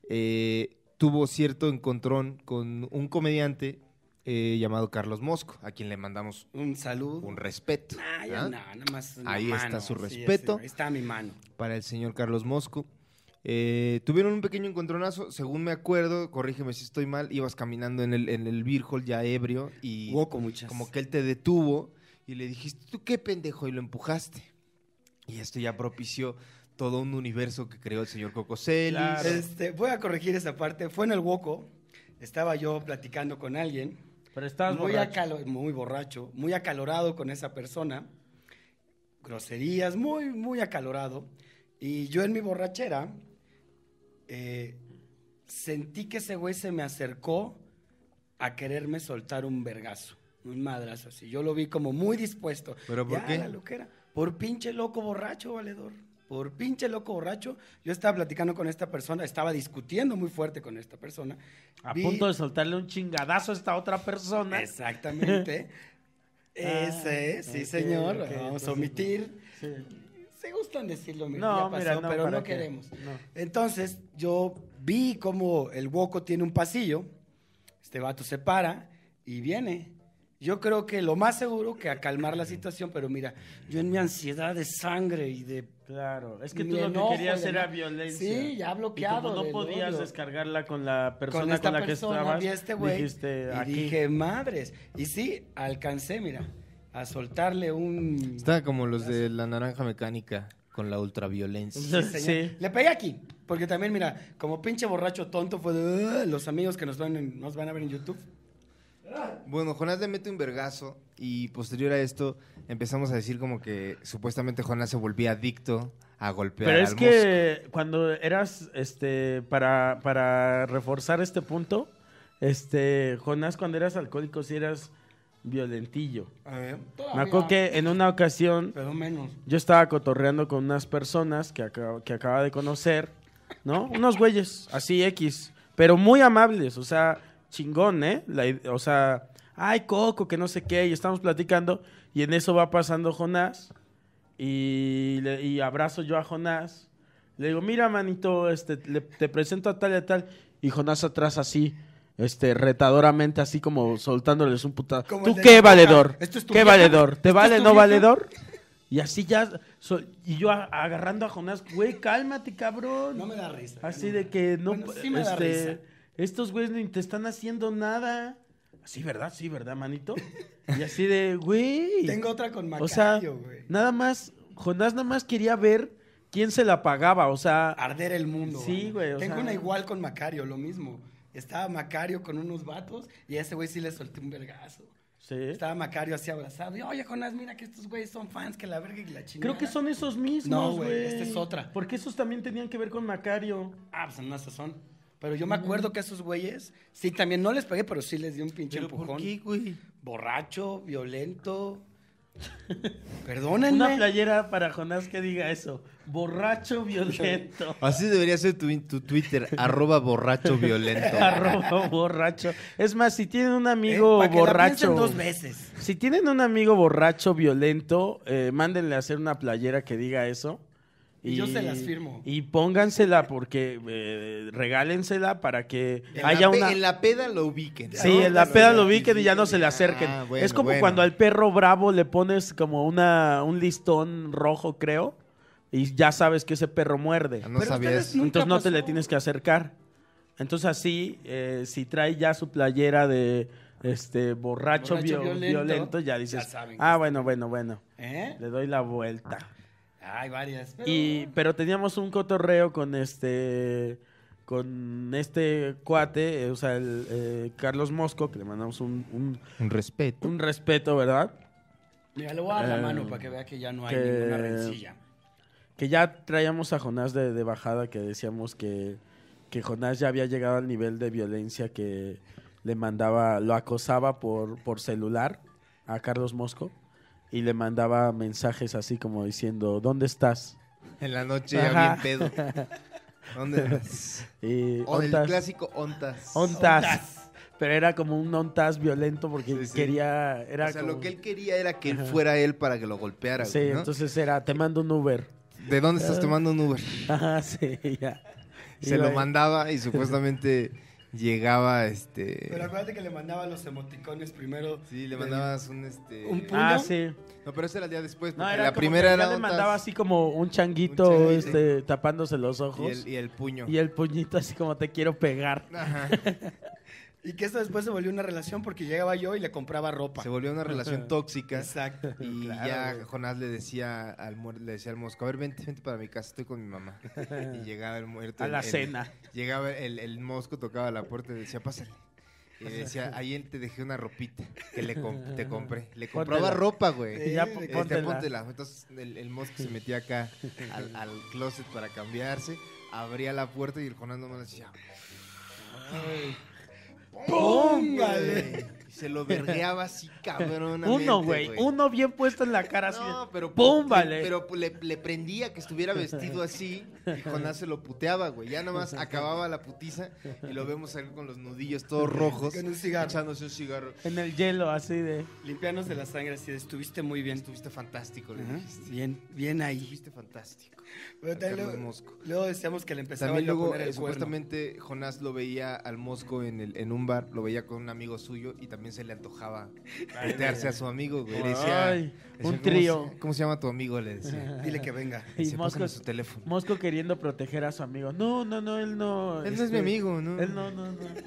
tuvo cierto encontrón con un comediante llamado Carlos Mosco, a quien le mandamos Un saludo. un respeto. Ah, ya ¿ah? no, nada más una Ahí está mano, su así, respeto. ahí está mi mano. Para el señor Carlos Mosco. Tuvieron un pequeño encontronazo, según me acuerdo, corrígeme si estoy mal, ibas caminando en el beer hall ya ebrio y Hubo muchas. como que él te detuvo y le dijiste, ¿tú qué pendejo? Y lo empujaste. Y esto ya propició todo un universo que creó el señor Coco Celis. Claro. Voy a corregir esa parte. Fue en el Woco. Estaba yo platicando con alguien. Pero estabas muy, borracho. muy borracho, muy acalorado con esa persona. Groserías, muy, muy acalorado. Y yo en mi borrachera sentí que ese güey se me acercó a quererme soltar un vergazo, un madrazo así. Yo lo vi como muy dispuesto. ¿Pero por Ya, qué? la loquera. Por pinche loco borracho, valedor. Por pinche loco borracho. Yo estaba platicando con esta persona, estaba discutiendo muy fuerte con esta persona. A Vi- punto de soltarle un chingadazo a esta otra persona. Exactamente. Ese, sí, ok, señor. ok, Vamos a entonces, omitir. Sí. Se gustan decirlo, mira, No, ya pasó, mira, no, pero ¿para no qué? queremos. No. Entonces, yo vi como el Woco tiene un pasillo. Este vato se para y viene. Yo creo que lo más seguro que a calmar la situación, pero mira, yo en mi ansiedad de sangre y de Claro, es que mi tú lo enojo que querías y demás. era violencia. Sí, ya bloqueado Y como no del podías odio. descargarla con la persona con, esta la que persona, estabas, vi a este güey dijiste y aquí. dije, madres. Y sí, alcancé, mira, a soltarle un... Está como los de la naranja mecánica con la ultraviolencia. Sí, Sí. señor. Le pegué aquí, porque también, mira, como pinche borracho tonto fue de los amigos que nos van a ver en YouTube. Bueno, Jonás le mete un vergazo y posterior a esto empezamos a decir como que supuestamente Jonás se volvía adicto a golpear Pero al es que cuando eras, para reforzar este punto, Jonás, cuando eras alcohólico, sí eras violentillo. A ver, Me acuerdo que en una ocasión Pero menos. yo estaba cotorreando con unas personas que acaba de conocer, ¿no? Unos güeyes, así X, pero muy amables, o sea, chingón, ¿eh? O sea, ay, Coco, que no sé qué, y estamos platicando, y en eso va pasando Jonás, y abrazo yo a Jonás, Le digo, mira, manito, te presento a tal y a tal. Y Jonás atrás así, retadoramente, así como soltándoles un putazo. Como ¿Tú el de qué, la valedor? boca. ¿Esto es tu ¿Qué vieja? valedor? ¿Te ¿Esto vale, es tu no vieja? valedor? Y así ya, y yo agarrando a Jonás, güey, cálmate, cabrón. No me da risa. Así no. de que no, Bueno, sí me da risa. estos güeyes ni te están haciendo nada. Sí, ¿verdad, manito? Y así de, güey. Tengo otra con O sea, Macario, güey. nada más, Jonás nada más quería ver quién se la pagaba, o sea, Arder el mundo. Sí, güey, o Tengo sea- una igual con Macario, lo mismo. Estaba Macario con unos vatos y a ese güey sí le solté un vergazo. sí. Estaba Macario así abrazado. Y, oye, Jonás, mira que estos güeyes son fans, que la verga y la chingada. Creo que son esos mismos, No, güey. güey, esta es otra. Porque esos también tenían que ver con Macario. Ah, pues en una sazón. Pero yo me acuerdo que esos güeyes, sí, también no les pegué, pero sí les di un pinche ¿Pero empujón. por qué, güey? Borracho, violento. Perdónenme. Una playera para Jonás que diga eso. Borracho violento. Así debería ser tu Twitter, @borracho violento. @borracho. Es más, si tienen un amigo Pa' que la borracho. piensen 2 veces. Si tienen un amigo borracho violento, mándenle a hacer una playera que diga eso. Y yo se las firmo. Y póngansela porque regálensela para que En haya la una. En la peda lo ubiquen. Sí, en la Lo peda lo ubiquen. ubiquen y ya no se le acerquen. Ah, bueno, es como bueno. cuando al perro bravo le pones como un listón rojo, creo, y ya sabes que ese perro muerde. Ah, no Pero sabía ustedes eso. nunca Entonces no te le pasó. tienes que acercar. Entonces así, si trae ya su playera de borracho, Borracho violento, ya dices, ya saben que ah, está bueno, ¿Eh? le doy la vuelta. Hay varias. Pero... Pero teníamos un cotorreo con cuate, o sea, el Carlos Mosco, que le mandamos Un respeto. un respeto, ¿verdad? Mira, le voy a dar la mano para que vea que ya no hay que- ninguna rencilla. Que ya traíamos a Jonás de bajada, que decíamos que Jonás ya había llegado al nivel de violencia que le mandaba, lo acosaba por celular a Carlos Mosco y le mandaba mensajes así como diciendo, ¿dónde estás? En la noche Ajá. ya bien pedo. ¿Dónde vas? Y, O el "Ontas". clásico ontas. Ontas. Pero era como un ontas violento porque Sí, sí. quería... Era O sea, como- lo que él quería era que él Ajá. fuera él para que lo golpeara. Sí, güey, ¿no? entonces era, te mando un Uber. ¿De dónde estás tomando un Uber? Ajá, sí, ya. Se Iba lo ahí. mandaba y supuestamente llegaba Pero acuérdate que le mandaba los emoticones primero. Sí, le mandabas un Un puño. Ah, sí. No, pero ese era el día después. No, porque era la como primera que era ya le ontas mandaba así como un changuito, Un changuito. tapándose los ojos. y el puño. Y el puñito así como te quiero pegar. Ajá. Y que esto después se volvió una relación porque llegaba yo y le compraba ropa. Se volvió una relación tóxica. Exacto. Y Claro, ya güey. Jonás le decía al Mosco, a ver, vente para mi casa, estoy con mi mamá. Y llegaba el muerto. A la cena. Llegaba el Mosco, tocaba la puerta y decía, pásale. Y le decía, ahí te dejé una ropita que te compré. Le compraba Póntela. ropa, güey. Sí, Ya, de que- póntela. Póntela. Entonces el Mosco se metía acá al closet para cambiarse, abría la puerta y el Jonás nomás decía, ¡Póngale! y se lo vergueaba así cabronamente. Uno, güey. Uno bien puesto en la cara así. No, pero, ¡Pum! Vale. pero le prendía que estuviera vestido así y Jonás se lo puteaba, güey. Ya nomás acababa la putiza y lo vemos salir con los nudillos todos rojos. Con un cigarro. Echándose un cigarro. En el hielo, así de. Limpiarnos de la sangre así de estuviste muy bien. Estuviste fantástico, le Ajá. dijiste. Bien, bien ahí. Estuviste fantástico. Pero A también Carlos luego, Mosco. luego decíamos que le empezaba También yo a luego, poner el cuerno. supuestamente, Jonás lo veía al Mosco en un bar, lo veía con un amigo suyo y también se le antojaba putearse a su amigo, güey. Le decía, Ay, decía, un "¿Cómo trío". ¿Cómo se llama tu amigo? Le decía. Dile que venga. Y Dice, Mosco, "Pásame su teléfono. Mosco queriendo proteger a su amigo. No, él no. Él no es mi amigo, ¿no? Él no.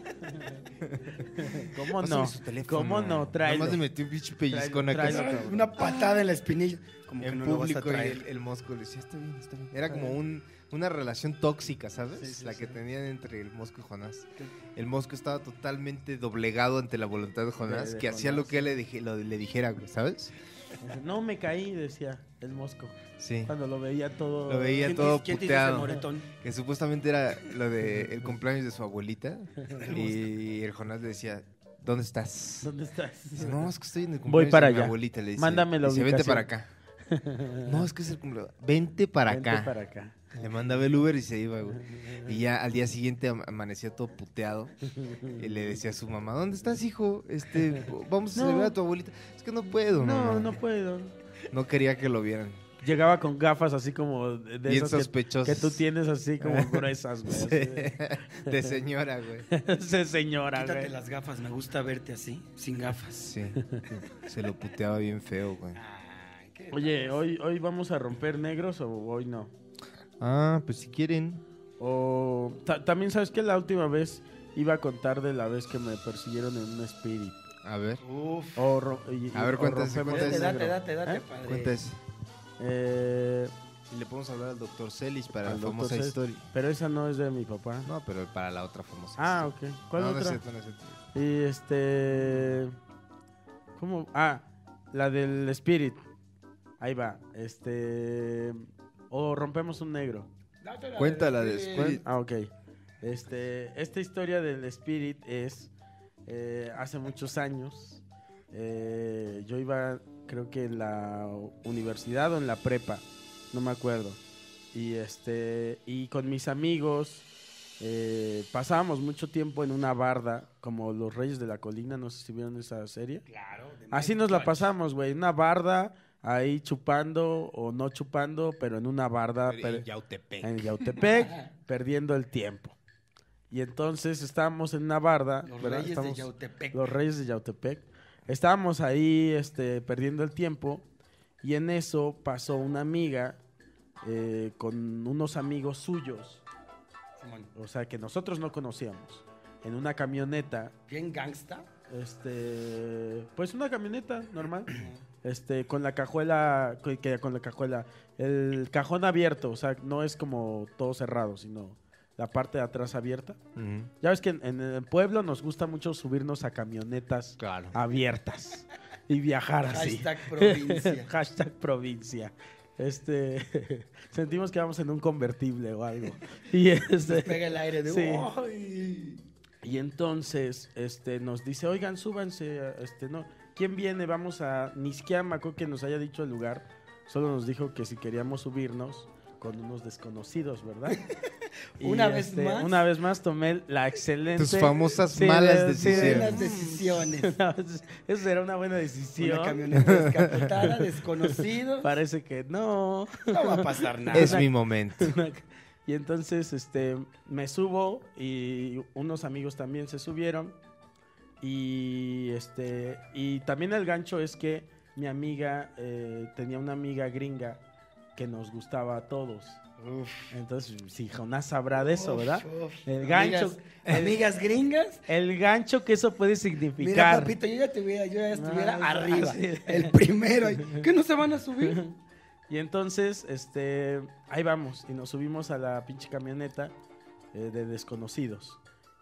¿Cómo Pásame no? su teléfono. ¿Cómo no? Tráelo. Nomás le metí un pinche pellizcón acá. Tráelo, así, cabrón. cabrón. Una patada en la espinilla. Como que En no lo vas a público y traer. el Mosco le decía, está bien, está bien. Era como una relación tóxica, ¿sabes? Sí, sí, la sí. que tenían entre el Mosco y Jonás. El Mosco estaba totalmente doblegado ante la voluntad de Jonás, De que hacía Jonás. lo que él le dijera, güey, ¿sabes? No me caí, decía el Mosco. Sí. Cuando lo veía todo. Lo veía ¿Quién todo ¿quién te hizo ese puteado. moretón? Que supuestamente era lo de el cumpleaños de su abuelita. Y el Jonás le decía, ¿dónde estás? ¿Dónde estás? Dice, no, es que estoy en el Voy cumpleaños para de mi allá. abuelita. Le dice, Mándame la dice, vente ubicación. para acá. No, es que es el cumpleaños. Vente para Vente acá. para acá. Le mandaba el Uber y se iba, güey. Y ya al día siguiente amanecía todo puteado. Y le decía a su mamá, ¿dónde estás, hijo? Vamos a No. celebrar a tu abuelita. Es que no puedo, No, mamá. no puedo. No quería que lo vieran. llegaba con gafas así como de Bien esas sospechosas. que tú tienes así como gruesas, güey. Sí. Así De señora, güey. de señora, Quítate güey. las gafas, me gusta verte así, sin gafas. Sí. Se lo puteaba bien feo, güey. Ay, qué... Oye, ¿hoy vamos a romper negros o hoy no? Ah, pues si quieren. O también sabes que la última vez iba a contar de la vez que me persiguieron en un spirit. A ver. Uf. A ver, cuéntase, rompemos cuéntase. negro. Date, ¿Eh? padre. Cuenta ese. Eh, Y le podemos hablar al doctor Celis para Al la Dr. famosa Celis. historia. pero esa no es de mi papá. No, pero para la otra famosa Ah, historia. ok. ¿Cuál No, no es otra? cierto, no es cierto. Y ¿cómo? Ah, la del Spirit. Ahí va. O rompemos un negro. Cuéntala de Spirit. Ah, ok. Esta historia del Spirit es hace muchos años. Yo iba, creo que en la universidad o en la prepa, no me acuerdo. Y con mis amigos pasábamos mucho tiempo en una barda, como Los Reyes de la Colina, no sé si vieron esa serie. Claro. de Así Mike nos la Judge. pasamos, güey, en una barda, ahí chupando o no chupando, pero en una barda En Yautepec. en Yautepec, perdiendo el tiempo. Y entonces estábamos en una barda, Los ¿verdad? Reyes Estamos- de Yautepec. Los Reyes de Yautepec. Estábamos ahí perdiendo el tiempo y en eso pasó una amiga con unos amigos suyos, Simón. o sea, que nosotros no conocíamos, en una camioneta, Bien gangsta. pues una camioneta normal, con la cajuela, con la cajuela, el cajón abierto, o sea, no es como todo cerrado, sino la parte de atrás abierta. Ujú. Ya ves que en el pueblo nos gusta mucho subirnos a camionetas Claro. abiertas y viajar así. Hashtag provincia. Hashtag provincia. Sentimos que vamos en un convertible o algo. Y Pega el aire de... Sí. ¡Ay! y entonces nos dice, oigan, súbanse, no, ¿quién viene? Vamos a, ni siquiera me acuerdo que nos haya dicho el lugar, solo nos dijo que si queríamos subirnos con unos desconocidos, ¿verdad? Y, Una vez más. Una vez más tomé la excelente... Tus famosas Sí, malas sí, Buenas decisiones. decisiones. Eso era una buena decisión. Una camioneta descapotada, desconocido. Parece que no. No va a pasar nada. Es mi momento. Y entonces me subo y unos amigos también se subieron. Y también el gancho es que mi amiga tenía una amiga gringa que nos gustaba a todos. Uf. Entonces, si Jonás sabrá de eso, ¿verdad? Uf. El gancho. Amigas gringas. El gancho que eso puede Mira, significar. papito, yo ya estuviera Ah, arriba. sí. El primero. ¿Qué no se van a subir? Y entonces, ahí vamos. Y nos subimos a la pinche camioneta de desconocidos.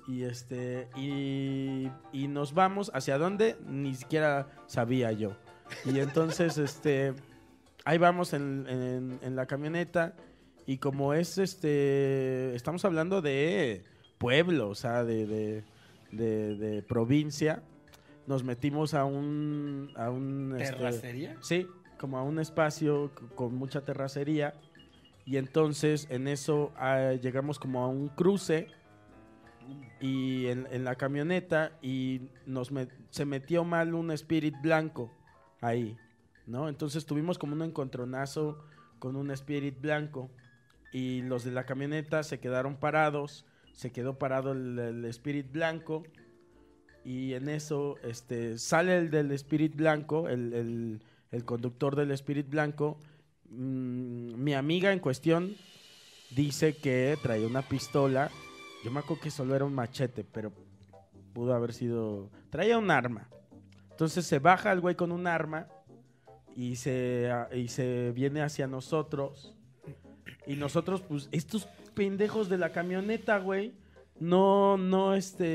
Y nos vamos. ¿Hacia dónde? Ni siquiera sabía yo. Y entonces, ahí vamos en la camioneta. Y como es, estamos hablando de pueblo, o sea, de provincia. Nos metimos a un ¿Terracería? Sí, como a un espacio con mucha terracería. Y entonces en eso llegamos como a un cruce y en la camioneta y se metió mal un Spirit blanco ahí, ¿no? Entonces tuvimos como un encontronazo con un Spirit blanco y los de la camioneta se quedaron parados, se quedó parado el Spirit blanco y en eso sale el del Spirit blanco, el conductor del Spirit blanco. Mi amiga en cuestión dice que traía una pistola. Yo me acuerdo que solo era un machete, pero pudo haber sido... Traía un arma. Entonces se baja el güey con un arma y se viene hacia nosotros. Y nosotros, pues, estos pendejos de la camioneta, güey, no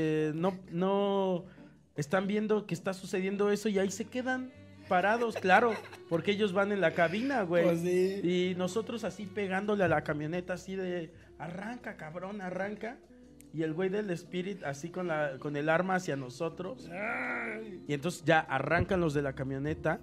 están viendo que está sucediendo eso y ahí se quedan parados, claro, porque ellos van en la cabina, güey. Pues sí. Y nosotros así pegándole a la camioneta, así de, arranca, cabrón, arranca. Y el güey del Spirit así con el arma hacia nosotros. Y entonces ya arrancan los de la camioneta.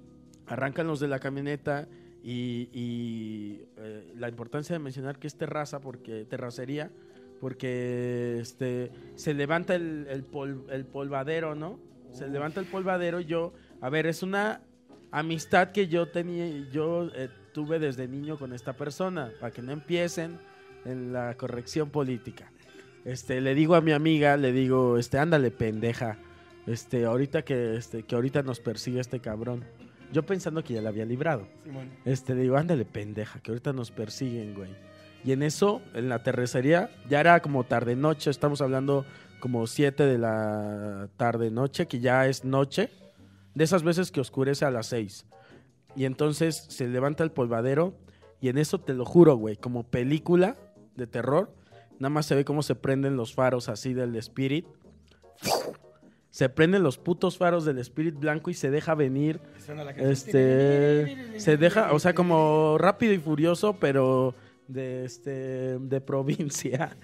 Y la importancia de mencionar que es terracería, porque se levanta el polvadero, ¿no? Se levanta el polvadero y a ver, es una amistad que yo tenía, estuve desde niño con esta persona, para que no empiecen en la corrección política. Le digo a mi amiga, le digo, ándale, pendeja, ahorita que ahorita nos persigue este cabrón. Yo pensando que ya la había librado. Simón. Le digo, ándale, pendeja, que ahorita nos persiguen, güey. Y en eso, en la terracería, ya era como tarde-noche, estamos hablando como 7 de la tarde-noche, que ya es noche, de esas veces que oscurece a las 6. Y entonces se levanta el polvadero, y en eso te lo juro, güey, como película de terror, nada más se ve cómo se prenden los faros así del Spirit. Se prenden los putos faros del Spirit blanco y se deja venir. Suena la canción. Se deja, o sea, como Rápido y Furioso, pero de provincia.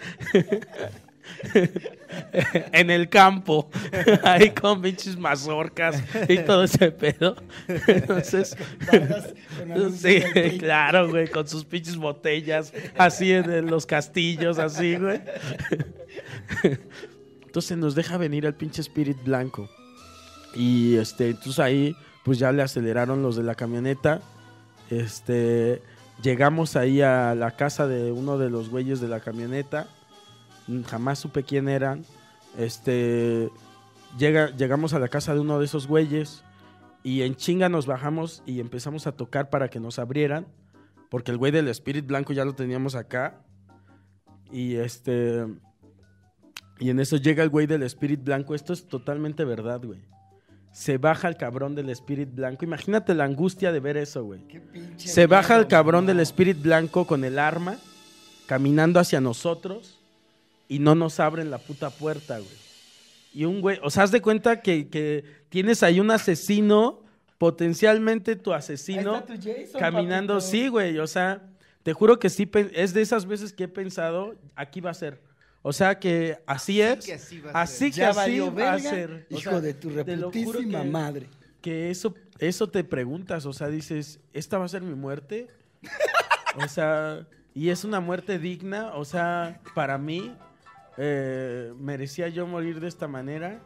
En el campo. Ahí con pinches mazorcas y todo ese pedo. Entonces, sí, claro, güey, con sus pinches botellas así en los castillos, así, güey. Entonces nos deja venir el pinche Spirit blanco. Y entonces ahí pues ya le aceleraron los de la camioneta. Llegamos ahí a la casa de uno de los güeyes de la camioneta. Jamás supe quién eran. Llegamos a la casa de uno de esos güeyes y en chinga nos bajamos y empezamos a tocar para que nos abrieran, porque el güey del Spirit blanco ya lo teníamos acá. Y y en eso llega el güey del Spirit blanco. Esto es totalmente verdad, güey. Se baja el cabrón del Spirit blanco. Imagínate la angustia de ver eso, güey. Se baja el cabrón del Spirit blanco con el arma, caminando hacia nosotros, y no nos abren la puta puerta, güey. Y un güey, o sea, haz de cuenta que tienes ahí un asesino, potencialmente tu asesino, Ahí está tu Jason, caminando. papito. Sí, güey, o sea, te juro que sí, es de esas veces que he pensado, aquí va a ser. O sea, que así es. que así va a Así ser. que Ya así valió va a verga, ser. O hijo sea, de tu te lo juro reputísima madre. que eso te preguntas, o sea, dices, ¿esta va a ser mi muerte? O sea, y es una muerte digna, o sea, para mí, merecía yo morir de esta manera.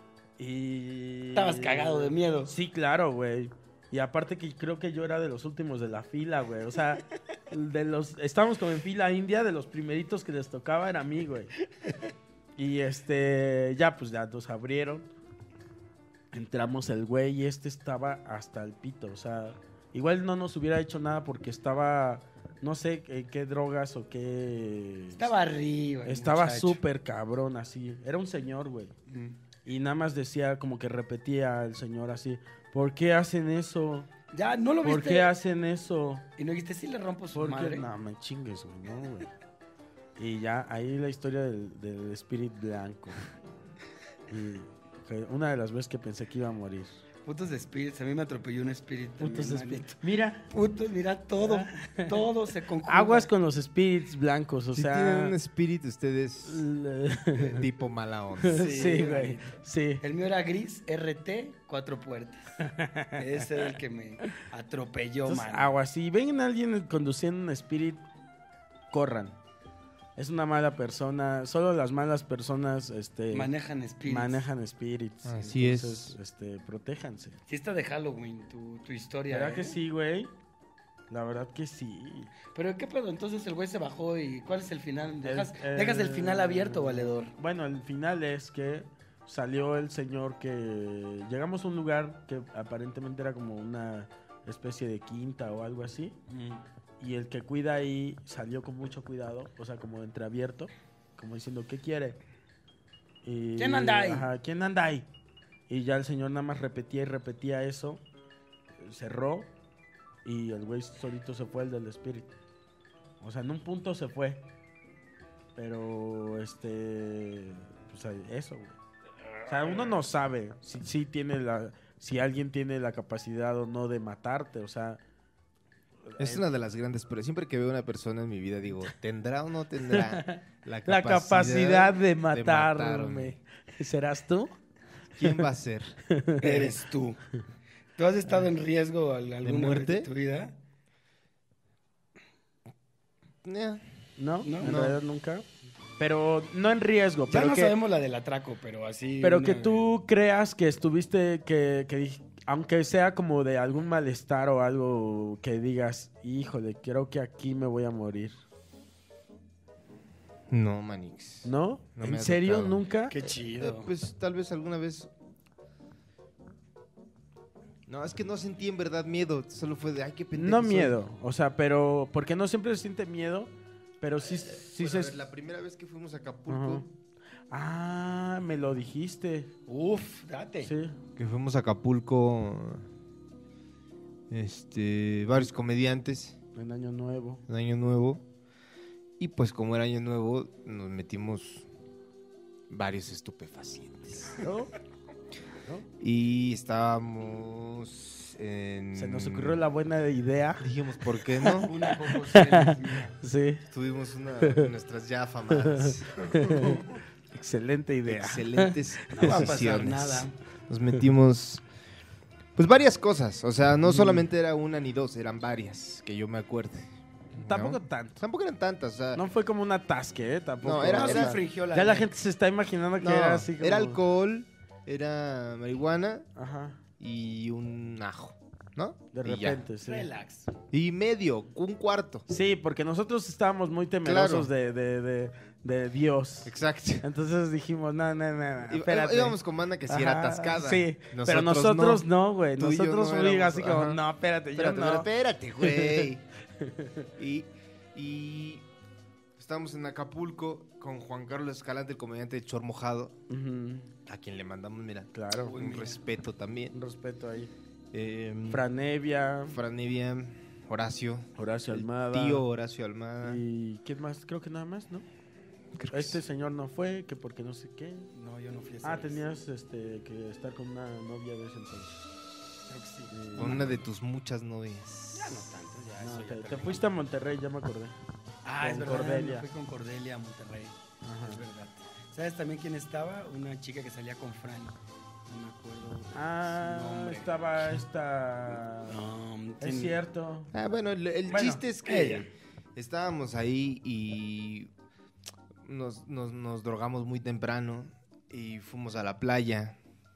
Y Estabas cagado de miedo. Sí, claro, güey. Y aparte que creo que yo era de los últimos de la fila, güey. O sea, estábamos como en fila india, de los primeritos que les tocaba era a mí, güey. Y ya pues ya nos abrieron. Entramos el güey y estaba hasta el pito, o sea, igual no nos hubiera hecho nada porque estaba, no sé qué drogas o qué... Estaba arriba. el Estaba muchacho. súper cabrón así, era un señor, güey. Y nada más decía, como que repetía el señor así, ¿por qué hacen eso? Ya, ¿no lo viste? ¿Por qué hacen eso? Y no dijiste, sí le rompo su ¿Por madre. qué? No, me chingues, güey, no, güey. Y ya, ahí la historia del Spirit blanco. Y que una de las veces que pensé que iba a morir. Putos spirits, a mí me atropelló un spirit. Putos también, spirits. manito. Mira, Putos, mira, todo se conjuga. aguas con los spirits blancos, o Si sea... tienen un espíritu, ustedes tipo mala onda. Sí, güey, sí. El mío era gris, RT, 4 puertas. Ese era el que me atropelló, Entonces, man. aguas, si ven a alguien conduciendo un spirit, corran. Es una mala persona, solo las malas personas Manejan spirits. manejan spirits. Así Entonces, protéjanse. Sí está de Halloween tu historia. ¿Verdad ¿eh? que sí, güey? La verdad que sí. Pero ¿qué pedo? Entonces el güey se bajó y ¿cuál es el final? ¿Dejas El el final abierto, valedor? Bueno, el final es que salió el señor que... Llegamos a un lugar que aparentemente era como una especie de quinta o algo así. Y el que cuida ahí salió con mucho cuidado, o sea, como entreabierto, como diciendo, ¿qué quiere? Y, ¿Quién anda ahí? Ajá, ¿quién anda ahí? Y ya el señor nada más repetía y repetía eso, cerró y el güey solito se fue, el del espíritu. O sea, en un punto se fue, pero pues eso, güey. O sea, uno no sabe si alguien tiene la capacidad o no de matarte, o sea... Es una de las grandes, pero siempre que veo a una persona en mi vida digo, ¿tendrá o no tendrá La capacidad de matarme. ¿Serás tú? ¿Quién va a ser? Eres tú. ¿Tú has estado en riesgo alguna vez muerte? de tu vida? No, No. en realidad nunca. Pero no en riesgo. Ya pero no que, sabemos la del atraco, pero así... Pero una- que tú creas que estuviste, aunque sea como de algún malestar o algo que digas, híjole, creo que aquí me voy a morir. No, Manix. ¿No? No me ¿En ha serio? tocado. ¿Nunca? Qué chido. Pues tal vez alguna vez. No, es que no sentí en verdad miedo. Solo fue de, ay, qué pendejo. No soy". miedo, o sea, pero porque no siempre se siente miedo, pero sí Bueno, a se... ver, la primera vez que fuimos a Acapulco, Ajá. Ah, me lo dijiste. Uf, date. Sí. que fuimos a Acapulco, varios comediantes En Año Nuevo. en Año Nuevo. Y pues como era Año Nuevo, nos metimos varios estupefacientes. ¿No? Y estábamos en... Se nos ocurrió la buena idea. Dijimos, ¿por qué no? Una poco seria. Sí. Tuvimos una de nuestras ya afamadas, Excelente idea. excelentes No va a pasar decisiones. nada. Nos metimos, pues varias cosas. O sea, no solamente era una ni dos, eran varias, que yo me acuerde. Tampoco ¿no? tanto. Tampoco eran tantas, o sea, No fue como un atasque, ¿eh? Tampoco. No, era- No, sí era- infringió la Ya la ley. gente se está imaginando que no, era así como... era alcohol, era marihuana Ajá. y un ajo, ¿no? De Y ya. repente, sí. Relax. Y medio, un cuarto. Sí, porque nosotros estábamos muy temerosos de Dios. Exacto. Entonces dijimos, no, espérate. Íbamos con banda que sí era Ajá, atascada. Sí, pero nosotros no, güey. Tú y yo Nosotros no fui éramos, así como, ajá. no, espérate, yo Espérate, no. espérate, güey. y estábamos en Acapulco con Juan Carlos Escalante, el comediante de Chor Mojado, Ujú, a quien le mandamos, mira, claro, un respeto también. un respeto ahí. Fran Franevia, Evia, Horacio, Horacio el Almada. tío Horacio Almada. ¿Y quién más? Creo que nada más, ¿no? Creo que Este señor no fue, que porque no sé qué. No, yo no fui a esa Ah, vez. tenías que estar con una novia de ese entonces. Creo que sí. Con una de tus muchas novias. Ya no tanto, ya No, eso ya te terminó. fuiste a Monterrey, ya me acordé. Ah, es con verdad. Cordelia. Me fui con Cordelia a Monterrey. Ajá. Es verdad. ¿Sabes también quién estaba? Una chica que salía con Fran. No me acuerdo. su Ah, nombre. estaba esta... No, Es cierto. Ah, bueno, el Bueno, chiste es que ella. estábamos ahí y nos drogamos muy temprano y fuimos a la playa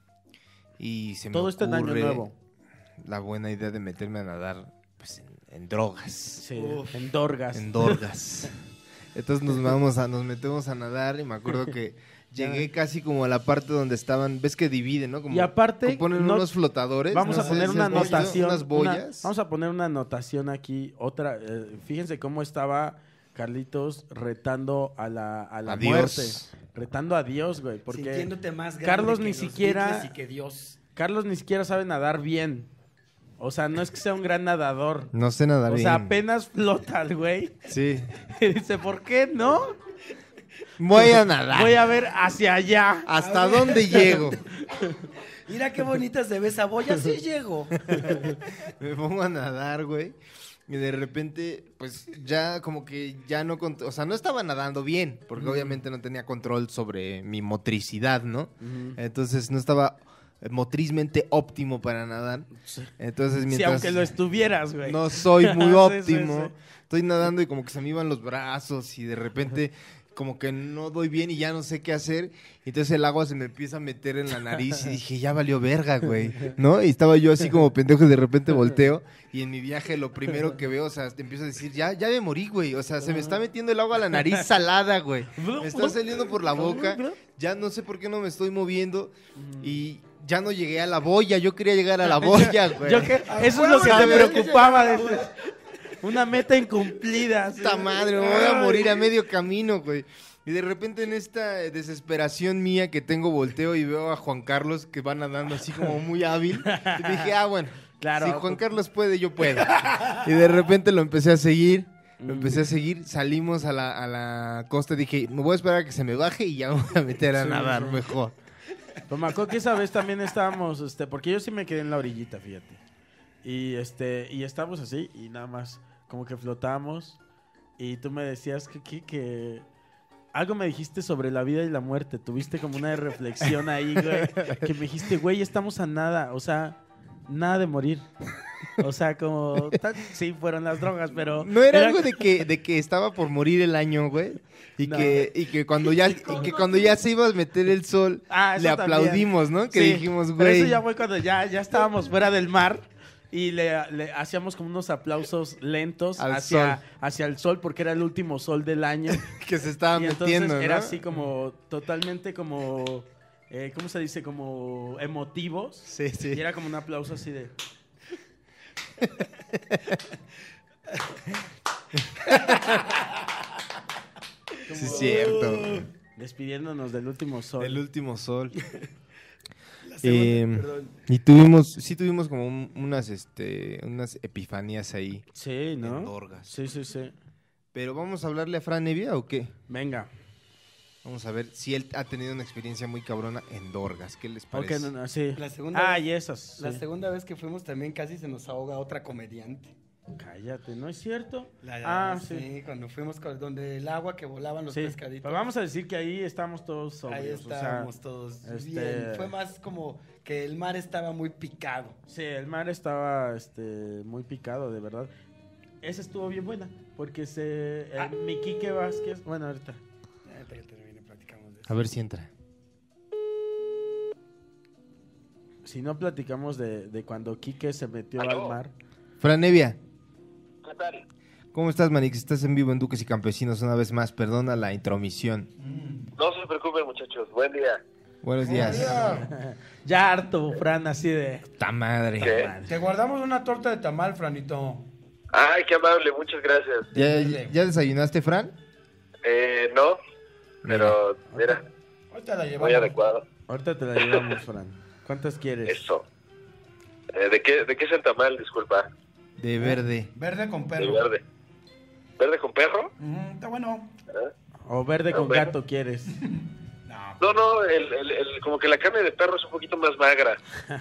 y se me Todo esto en Año ocurre Nuevo. la buena idea de meterme a nadar pues, en drogas, Sí, Uf. en Dorgas. en dorgas. Entonces nos metemos a nadar y me acuerdo que llegué casi como a la parte donde estaban, ves que dividen, ¿no? Como Y aparte, que ponen no- unos flotadores. Vamos no a sé poner si una has visto, anotación. unas boyas. Vamos a poner una anotación aquí. Otra. Fíjense cómo estaba Carlitos retando a la A muerte. Dios. Retando a Dios, güey. Porque Sintiéndote más grande Carlos que ni los siquiera- Beatles y que Dios. Carlos ni siquiera sabe nadar bien. O sea, no es que sea un gran nadador. No sé nadar O bien. sea, apenas flota el güey. Sí. Y dice, ¿por qué no? Voy a nadar. Voy a ver hacia allá. ¿Hasta dónde llego? Mira qué bonita se ve esa boya. Sí llego. Me pongo a nadar, güey. Y de repente, pues ya como que ya no... O sea, no estaba nadando bien, porque obviamente no tenía control sobre mi motricidad, ¿no? Entonces no estaba motrizmente óptimo para nadar. Entonces Sí, mientras... aunque lo estuvieras, güey. No soy muy Sí, sí, óptimo. sí. Estoy nadando y como que se me iban los brazos y de repente como que no doy bien y ya no sé qué hacer. Entonces el agua se me empieza a meter en la nariz y dije, ya valió verga, güey. ¿No? Y estaba yo así como pendejo y de repente volteo y en mi viaje lo primero que veo, o sea, te empiezo a decir, ya me morí, güey. O sea, se me está metiendo el agua a la nariz salada, güey. Me está saliendo por la boca. Ya no sé por qué no me estoy moviendo y ya no llegué a la boya. Yo quería llegar a la boya, güey. Eso es lo que te ¿Sabes? preocupaba. Una meta incumplida. ¿sí? Puta madre, me voy a morir a medio camino, güey. Y de repente en esta desesperación mía que tengo volteo y veo a Juan Carlos que va nadando así como muy hábil. Y dije, bueno, Claro. si Juan Carlos puede, yo puedo. Y de repente lo empecé a seguir. Salimos a la costa y dije, me voy a esperar a que se me baje y ya me voy a meter a Sí, nadar sí. mejor. Pues me acuerdo que esa vez también estábamos, porque yo sí me quedé en la orillita, fíjate. Y estábamos así y nada más como que flotamos y tú me decías que algo me dijiste sobre la vida y la muerte. Tuviste como una reflexión ahí, güey, que me dijiste, güey, estamos a nada, o sea, nada de morir. O sea, como... Sí, fueron las drogas, pero... ¿No era algo de que estaba por morir el año, güey? Y, No. que cuando ya se iba a meter el sol, Ah, eso le también. aplaudimos, ¿no? Que Sí, dijimos, pero eso güey. ya fue cuando ya estábamos fuera del mar y le hacíamos como unos aplausos lentos Al hacia el sol porque era el último sol del año. Que se estaba Y entonces metiendo, era ¿no? así como totalmente como... ¿cómo se dice? Como emotivos. Sí, sí. Y era como un aplauso así de... Sí, es cierto. Despidiéndonos del último sol. El último sol. La segunda, perdón. Y tuvimos como unas epifanías ahí. Sí, ¿no? En Dorgas. Sí, sí, sí. Pero ¿vamos a hablarle a Fran Evia o qué? Venga. Vamos a ver si él ha tenido una experiencia muy cabrona en Dorgas. ¿Qué les Ok, parece? no, sí. La segunda Y esas. La sí. segunda vez que fuimos también casi se nos ahoga otra comediante. Cállate, ¿no es cierto? Sí, cuando fuimos donde el agua que volaban los Sí, pescaditos. pero vamos a decir que ahí estamos todos sobrios. Ahí o sea, estábamos todos este- bien. Fue más como que el mar estaba muy picado. sí, el mar estaba muy picado, de verdad. Esa estuvo bien buena, porque mi Quique Vázquez... Bueno, ahorita. Ahorita que termine, platicamos de eso. A ver si entra. Si no platicamos de cuando Quique se metió ¿Aló? al mar. Fran Evia, ¿Qué tal? ¿cómo estás, Manix? Estás en vivo en Duques y Campesinos una vez más. Perdona la intromisión. No se preocupen, muchachos. Buen día. Buenos días. Ya harto, Fran, así de... ¡Ta madre! ¿Qué? Te guardamos una torta de tamal, Franito. Ay, qué amable. Muchas gracias. ¿Ya desayunaste, Fran? No, pero mira, Ahorita la llevamos. muy adecuado. Ahorita te la llevamos, Fran. ¿Cuántas quieres? Eso. ¿De qué es el tamal? Disculpa. De verde. Verde con De perro. verde. ¿Verde con perro? Está bueno. ¿O verde con Bueno. gato quieres? No, como que la carne de perro es un poquito más magra.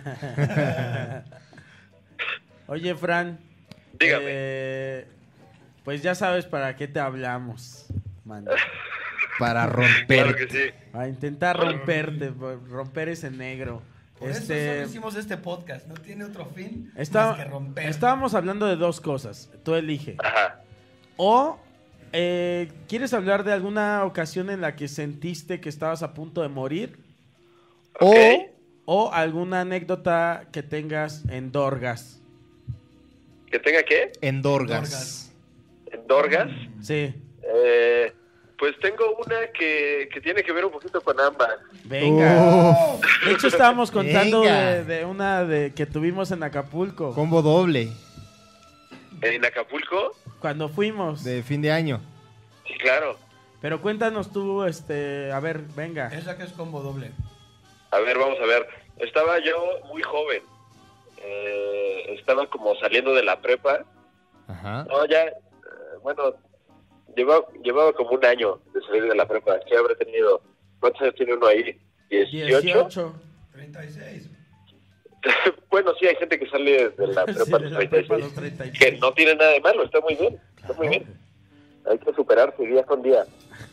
Oye, Fran. Dígame. Pues ya sabes para qué te hablamos, man. Para Claro romper. que sí. A intentar romper ese negro. Por eso solo hicimos este podcast. No tiene otro fin más que romper. Estábamos hablando de dos cosas. Tú elige. Ajá. O ¿quieres hablar de alguna ocasión en la que sentiste que estabas a punto de morir? Ok. O alguna anécdota que tengas en Dorgas. ¿Que tenga qué? En Dorgas. ¿En Dorgas? Sí. Pues tengo una que tiene que ver un poquito con ambas. Venga. De hecho, estábamos contando Venga. de una que tuvimos en Acapulco. Combo doble ¿En Acapulco? Cuando fuimos. de fin de año. Sí, claro. Pero cuéntanos tú, a ver, venga. Esa que es combo doble. A ver, vamos a ver. Estaba yo muy joven. Estaba como saliendo de la prepa. Ajá. No, ya, bueno, llevaba como un año de salir de la prepa. ¿Qué habré tenido? ¿Cuántos años tiene uno ahí? ¿18? 18. 36. Bueno, sí, hay gente que sale de la prepa Sí, a de los la prepa a 36. los 36. Que no tiene nada de malo, está muy bien. Está muy bien. Hay que superarse día con día.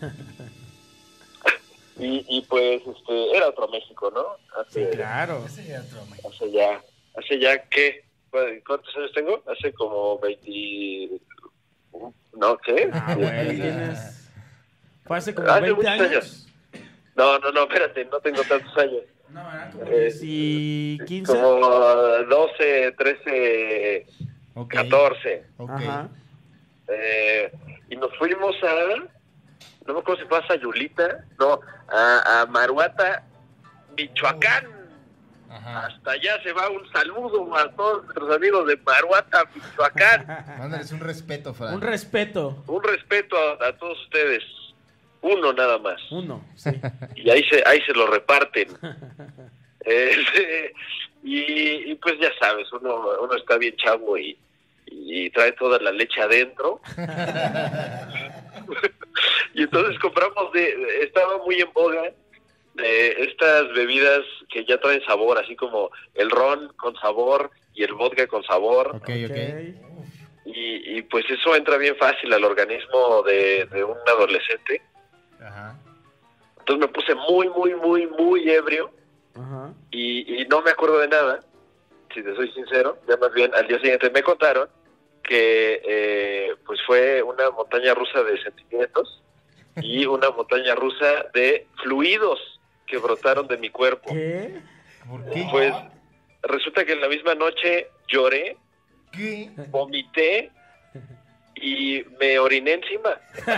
Y pues, era otro México, ¿no? Sí, claro. Ese ya otro. Hace ya, ¿qué? ¿Cuántos años tengo? Hace como 20... ¿No? ¿Qué? Ah, güey, tienes... ¿Fue hace como Hace 20 muchos años? años. No, espérate, no tengo tantos años. No, era como 10 y 15. Como 12, 13, Ok. 14. Ok. Ajá. Y nos fuimos no me acuerdo si fue a Sayulita, no, a Maruata, Michoacán. Ajá. Hasta allá se va un saludo a todos nuestros amigos de Maruata, Michoacán. Mándales un respeto, Fran. Un respeto. Un respeto a todos ustedes. Uno nada más. Uno, sí. Y ahí se lo reparten. Y pues ya sabes, uno está bien chavo y trae toda la leche adentro. Y entonces compramos estaba muy en boga estas bebidas que ya traen sabor, así como el ron con sabor y el vodka con sabor. Ok. Y pues eso entra bien fácil al organismo de un adolescente. Ajá. Entonces me puse muy, muy, muy, muy ebrio Ajá. y no me acuerdo de nada. si te soy sincero, ya más bien al día siguiente me contaron que pues fue una montaña rusa de sentimientos y una montaña rusa de fluidos que brotaron de mi cuerpo. ¿Qué? ¿Por qué? Pues resulta que en la misma noche lloré, ¿Qué? vomité y me oriné encima.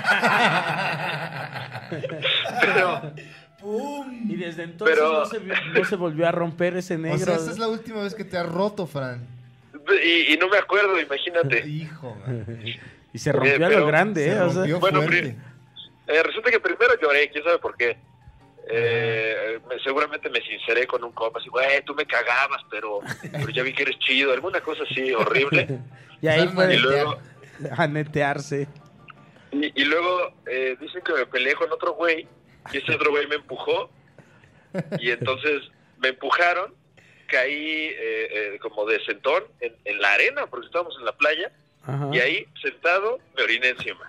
Pero Y desde entonces Pero- no se volvió a romper ese O negro. sea, esta es la última vez que te has roto, Fran. y no me acuerdo, imagínate. Hijo, man. Y se rompió a pero lo grande, Se o sea. rompió bueno, fuerte. Resulta que primero lloré, quién sabe por qué. Seguramente me sinceré con un compa, así, güey, tú me cagabas, pero ya vi que eres chido, alguna cosa así horrible. Y ahí fue Y luego, a netearse. y luego dicen que me peleé con otro güey, y ese otro güey me empujó, y entonces me empujaron, caí como de sentón en la arena, porque estábamos en la playa, Ajá. y ahí, sentado, me oriné encima.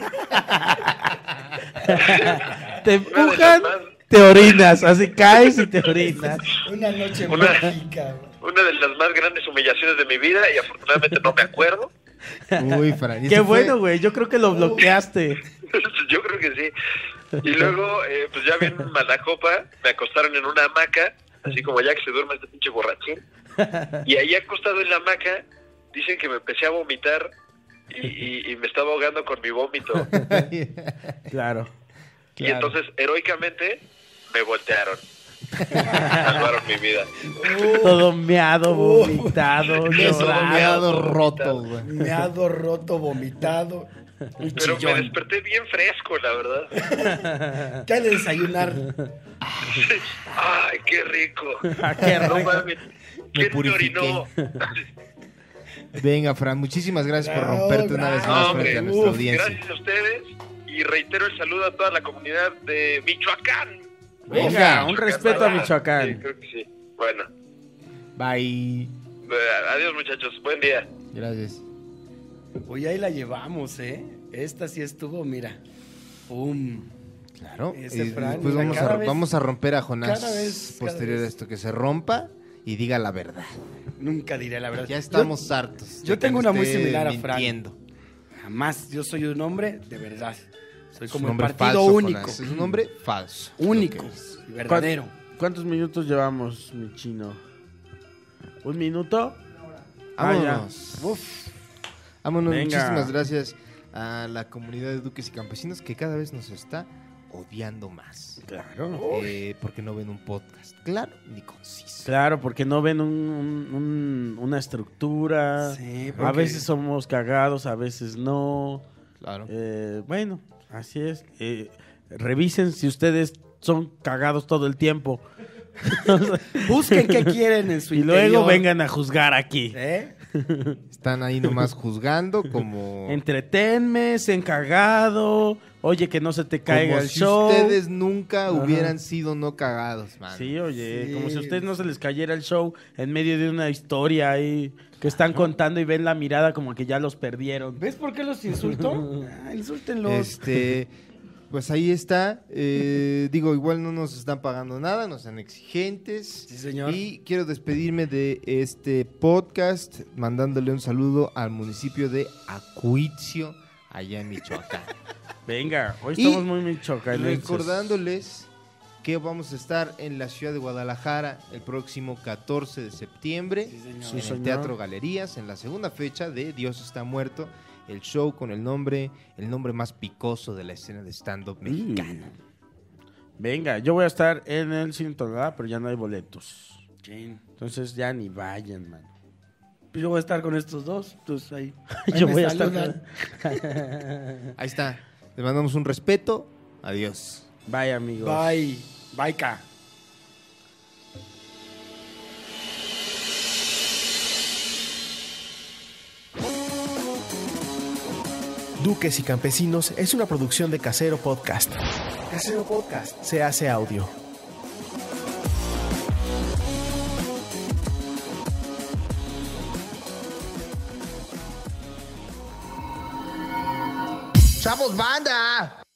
Te Una de las empujan, más- te orinas, así caes y te orinas. Una noche Una- mágica. Una de las más grandes humillaciones de mi vida, y afortunadamente no me acuerdo. Uy, Fran. ¿y Qué eso fue? bueno, güey. Yo creo que lo bloqueaste. Yo creo que sí. Y luego, pues ya bien mala copa, me acostaron en una hamaca, así como ya que se duerme este pinche borrachín. Y ahí acostado en la hamaca, dicen que me empecé a vomitar y me estaba ahogando con mi vómito. Claro. Y entonces, heroicamente, me voltearon. Salvaron mi vida. Todo meado, vomitado, Eso, llorado. meado roto, güey. Meado, roto, vomitado. Y Pero me chillón. desperté bien fresco, la verdad. ¿Qué hay de desayunar? Ay, qué rico. Ah, qué No rico. mames. ¿Quién me orinó? Venga, Fran, muchísimas gracias por No, romperte una vez bravo. más No, frente a hombre, nuestra audiencia. Gracias a ustedes y reitero el saludo a toda la comunidad de Michoacán. Venga, un Michoacán, respeto a ¿verdad? Michoacán. Sí, creo que sí. Bueno, Bye. adiós muchachos, buen día. Gracias. Oye, ahí la llevamos, ¿eh? Esta sí estuvo, mira. ¡Pum! Claro. Ese Y Fran, después mira, vamos a romper a Jonás cada vez- posterior a esto, que se rompa y diga la verdad. Nunca diré la verdad. Ya estamos hartos. yo de que tengo nos una muy esté similar a Fran. mintiendo. Jamás. Yo soy un hombre de verdad. Soy Es como un el hombre partido falso, único. Jonás. Es un hombre falso. Único. Lo que es. Y verdadero. ¿Cuántos minutos llevamos, mi chino? ¿Un minuto? Ah, ya. Vámonos. Uf. Vámonos. Venga. Muchísimas gracias a la comunidad de duques y campesinos que cada vez nos está odiando más. Claro. Porque no ven un podcast claro ni conciso. Claro, porque no ven una estructura. Sí, A porque- veces somos cagados, a veces no. Claro. Bueno, así es. Revisen si ustedes son cagados todo el tiempo. Busquen qué quieren en su Y luego interior. vengan a juzgar aquí. ¿Eh? Están ahí nomás juzgando como... Entretenme, se cagado. Oye, que no se te caiga como el si show. ustedes nunca Ajá. hubieran sido no cagados, man. Sí, oye, Sí. como si a ustedes no se les cayera el show en medio de una historia ahí que están contando y ven la mirada como que ya los perdieron. ¿Ves por qué los insulto? Insúltenlos. Pues ahí está. Digo, igual no nos están pagando nada, no sean exigentes. Sí, señor. Y quiero despedirme de este podcast mandándole un saludo al municipio de Acuitzio, allá en Michoacán. Venga, hoy Y estamos muy michoacaneses. Recordándoles que vamos a estar en la ciudad de Guadalajara el próximo 14 de septiembre Sí, señor. Sí, en el señor. Teatro Galerías, en la segunda fecha de Dios está muerto, el show con el nombre más picoso de la escena de stand-up mexicana. Venga, yo voy a estar en el Cine Tonalá, pero ya no hay boletos. Chin. Entonces ya ni vayan, man. Pues yo voy a estar con estos dos. Entonces ahí. Yo me voy a estar saludan. Ahí está. Les mandamos un respeto. Adiós. Bye, amigos. Bye. Bye, K. Duques y Campesinos es una producción de Casero Podcast. Casero Podcast se hace audio. ¡Chavos, banda!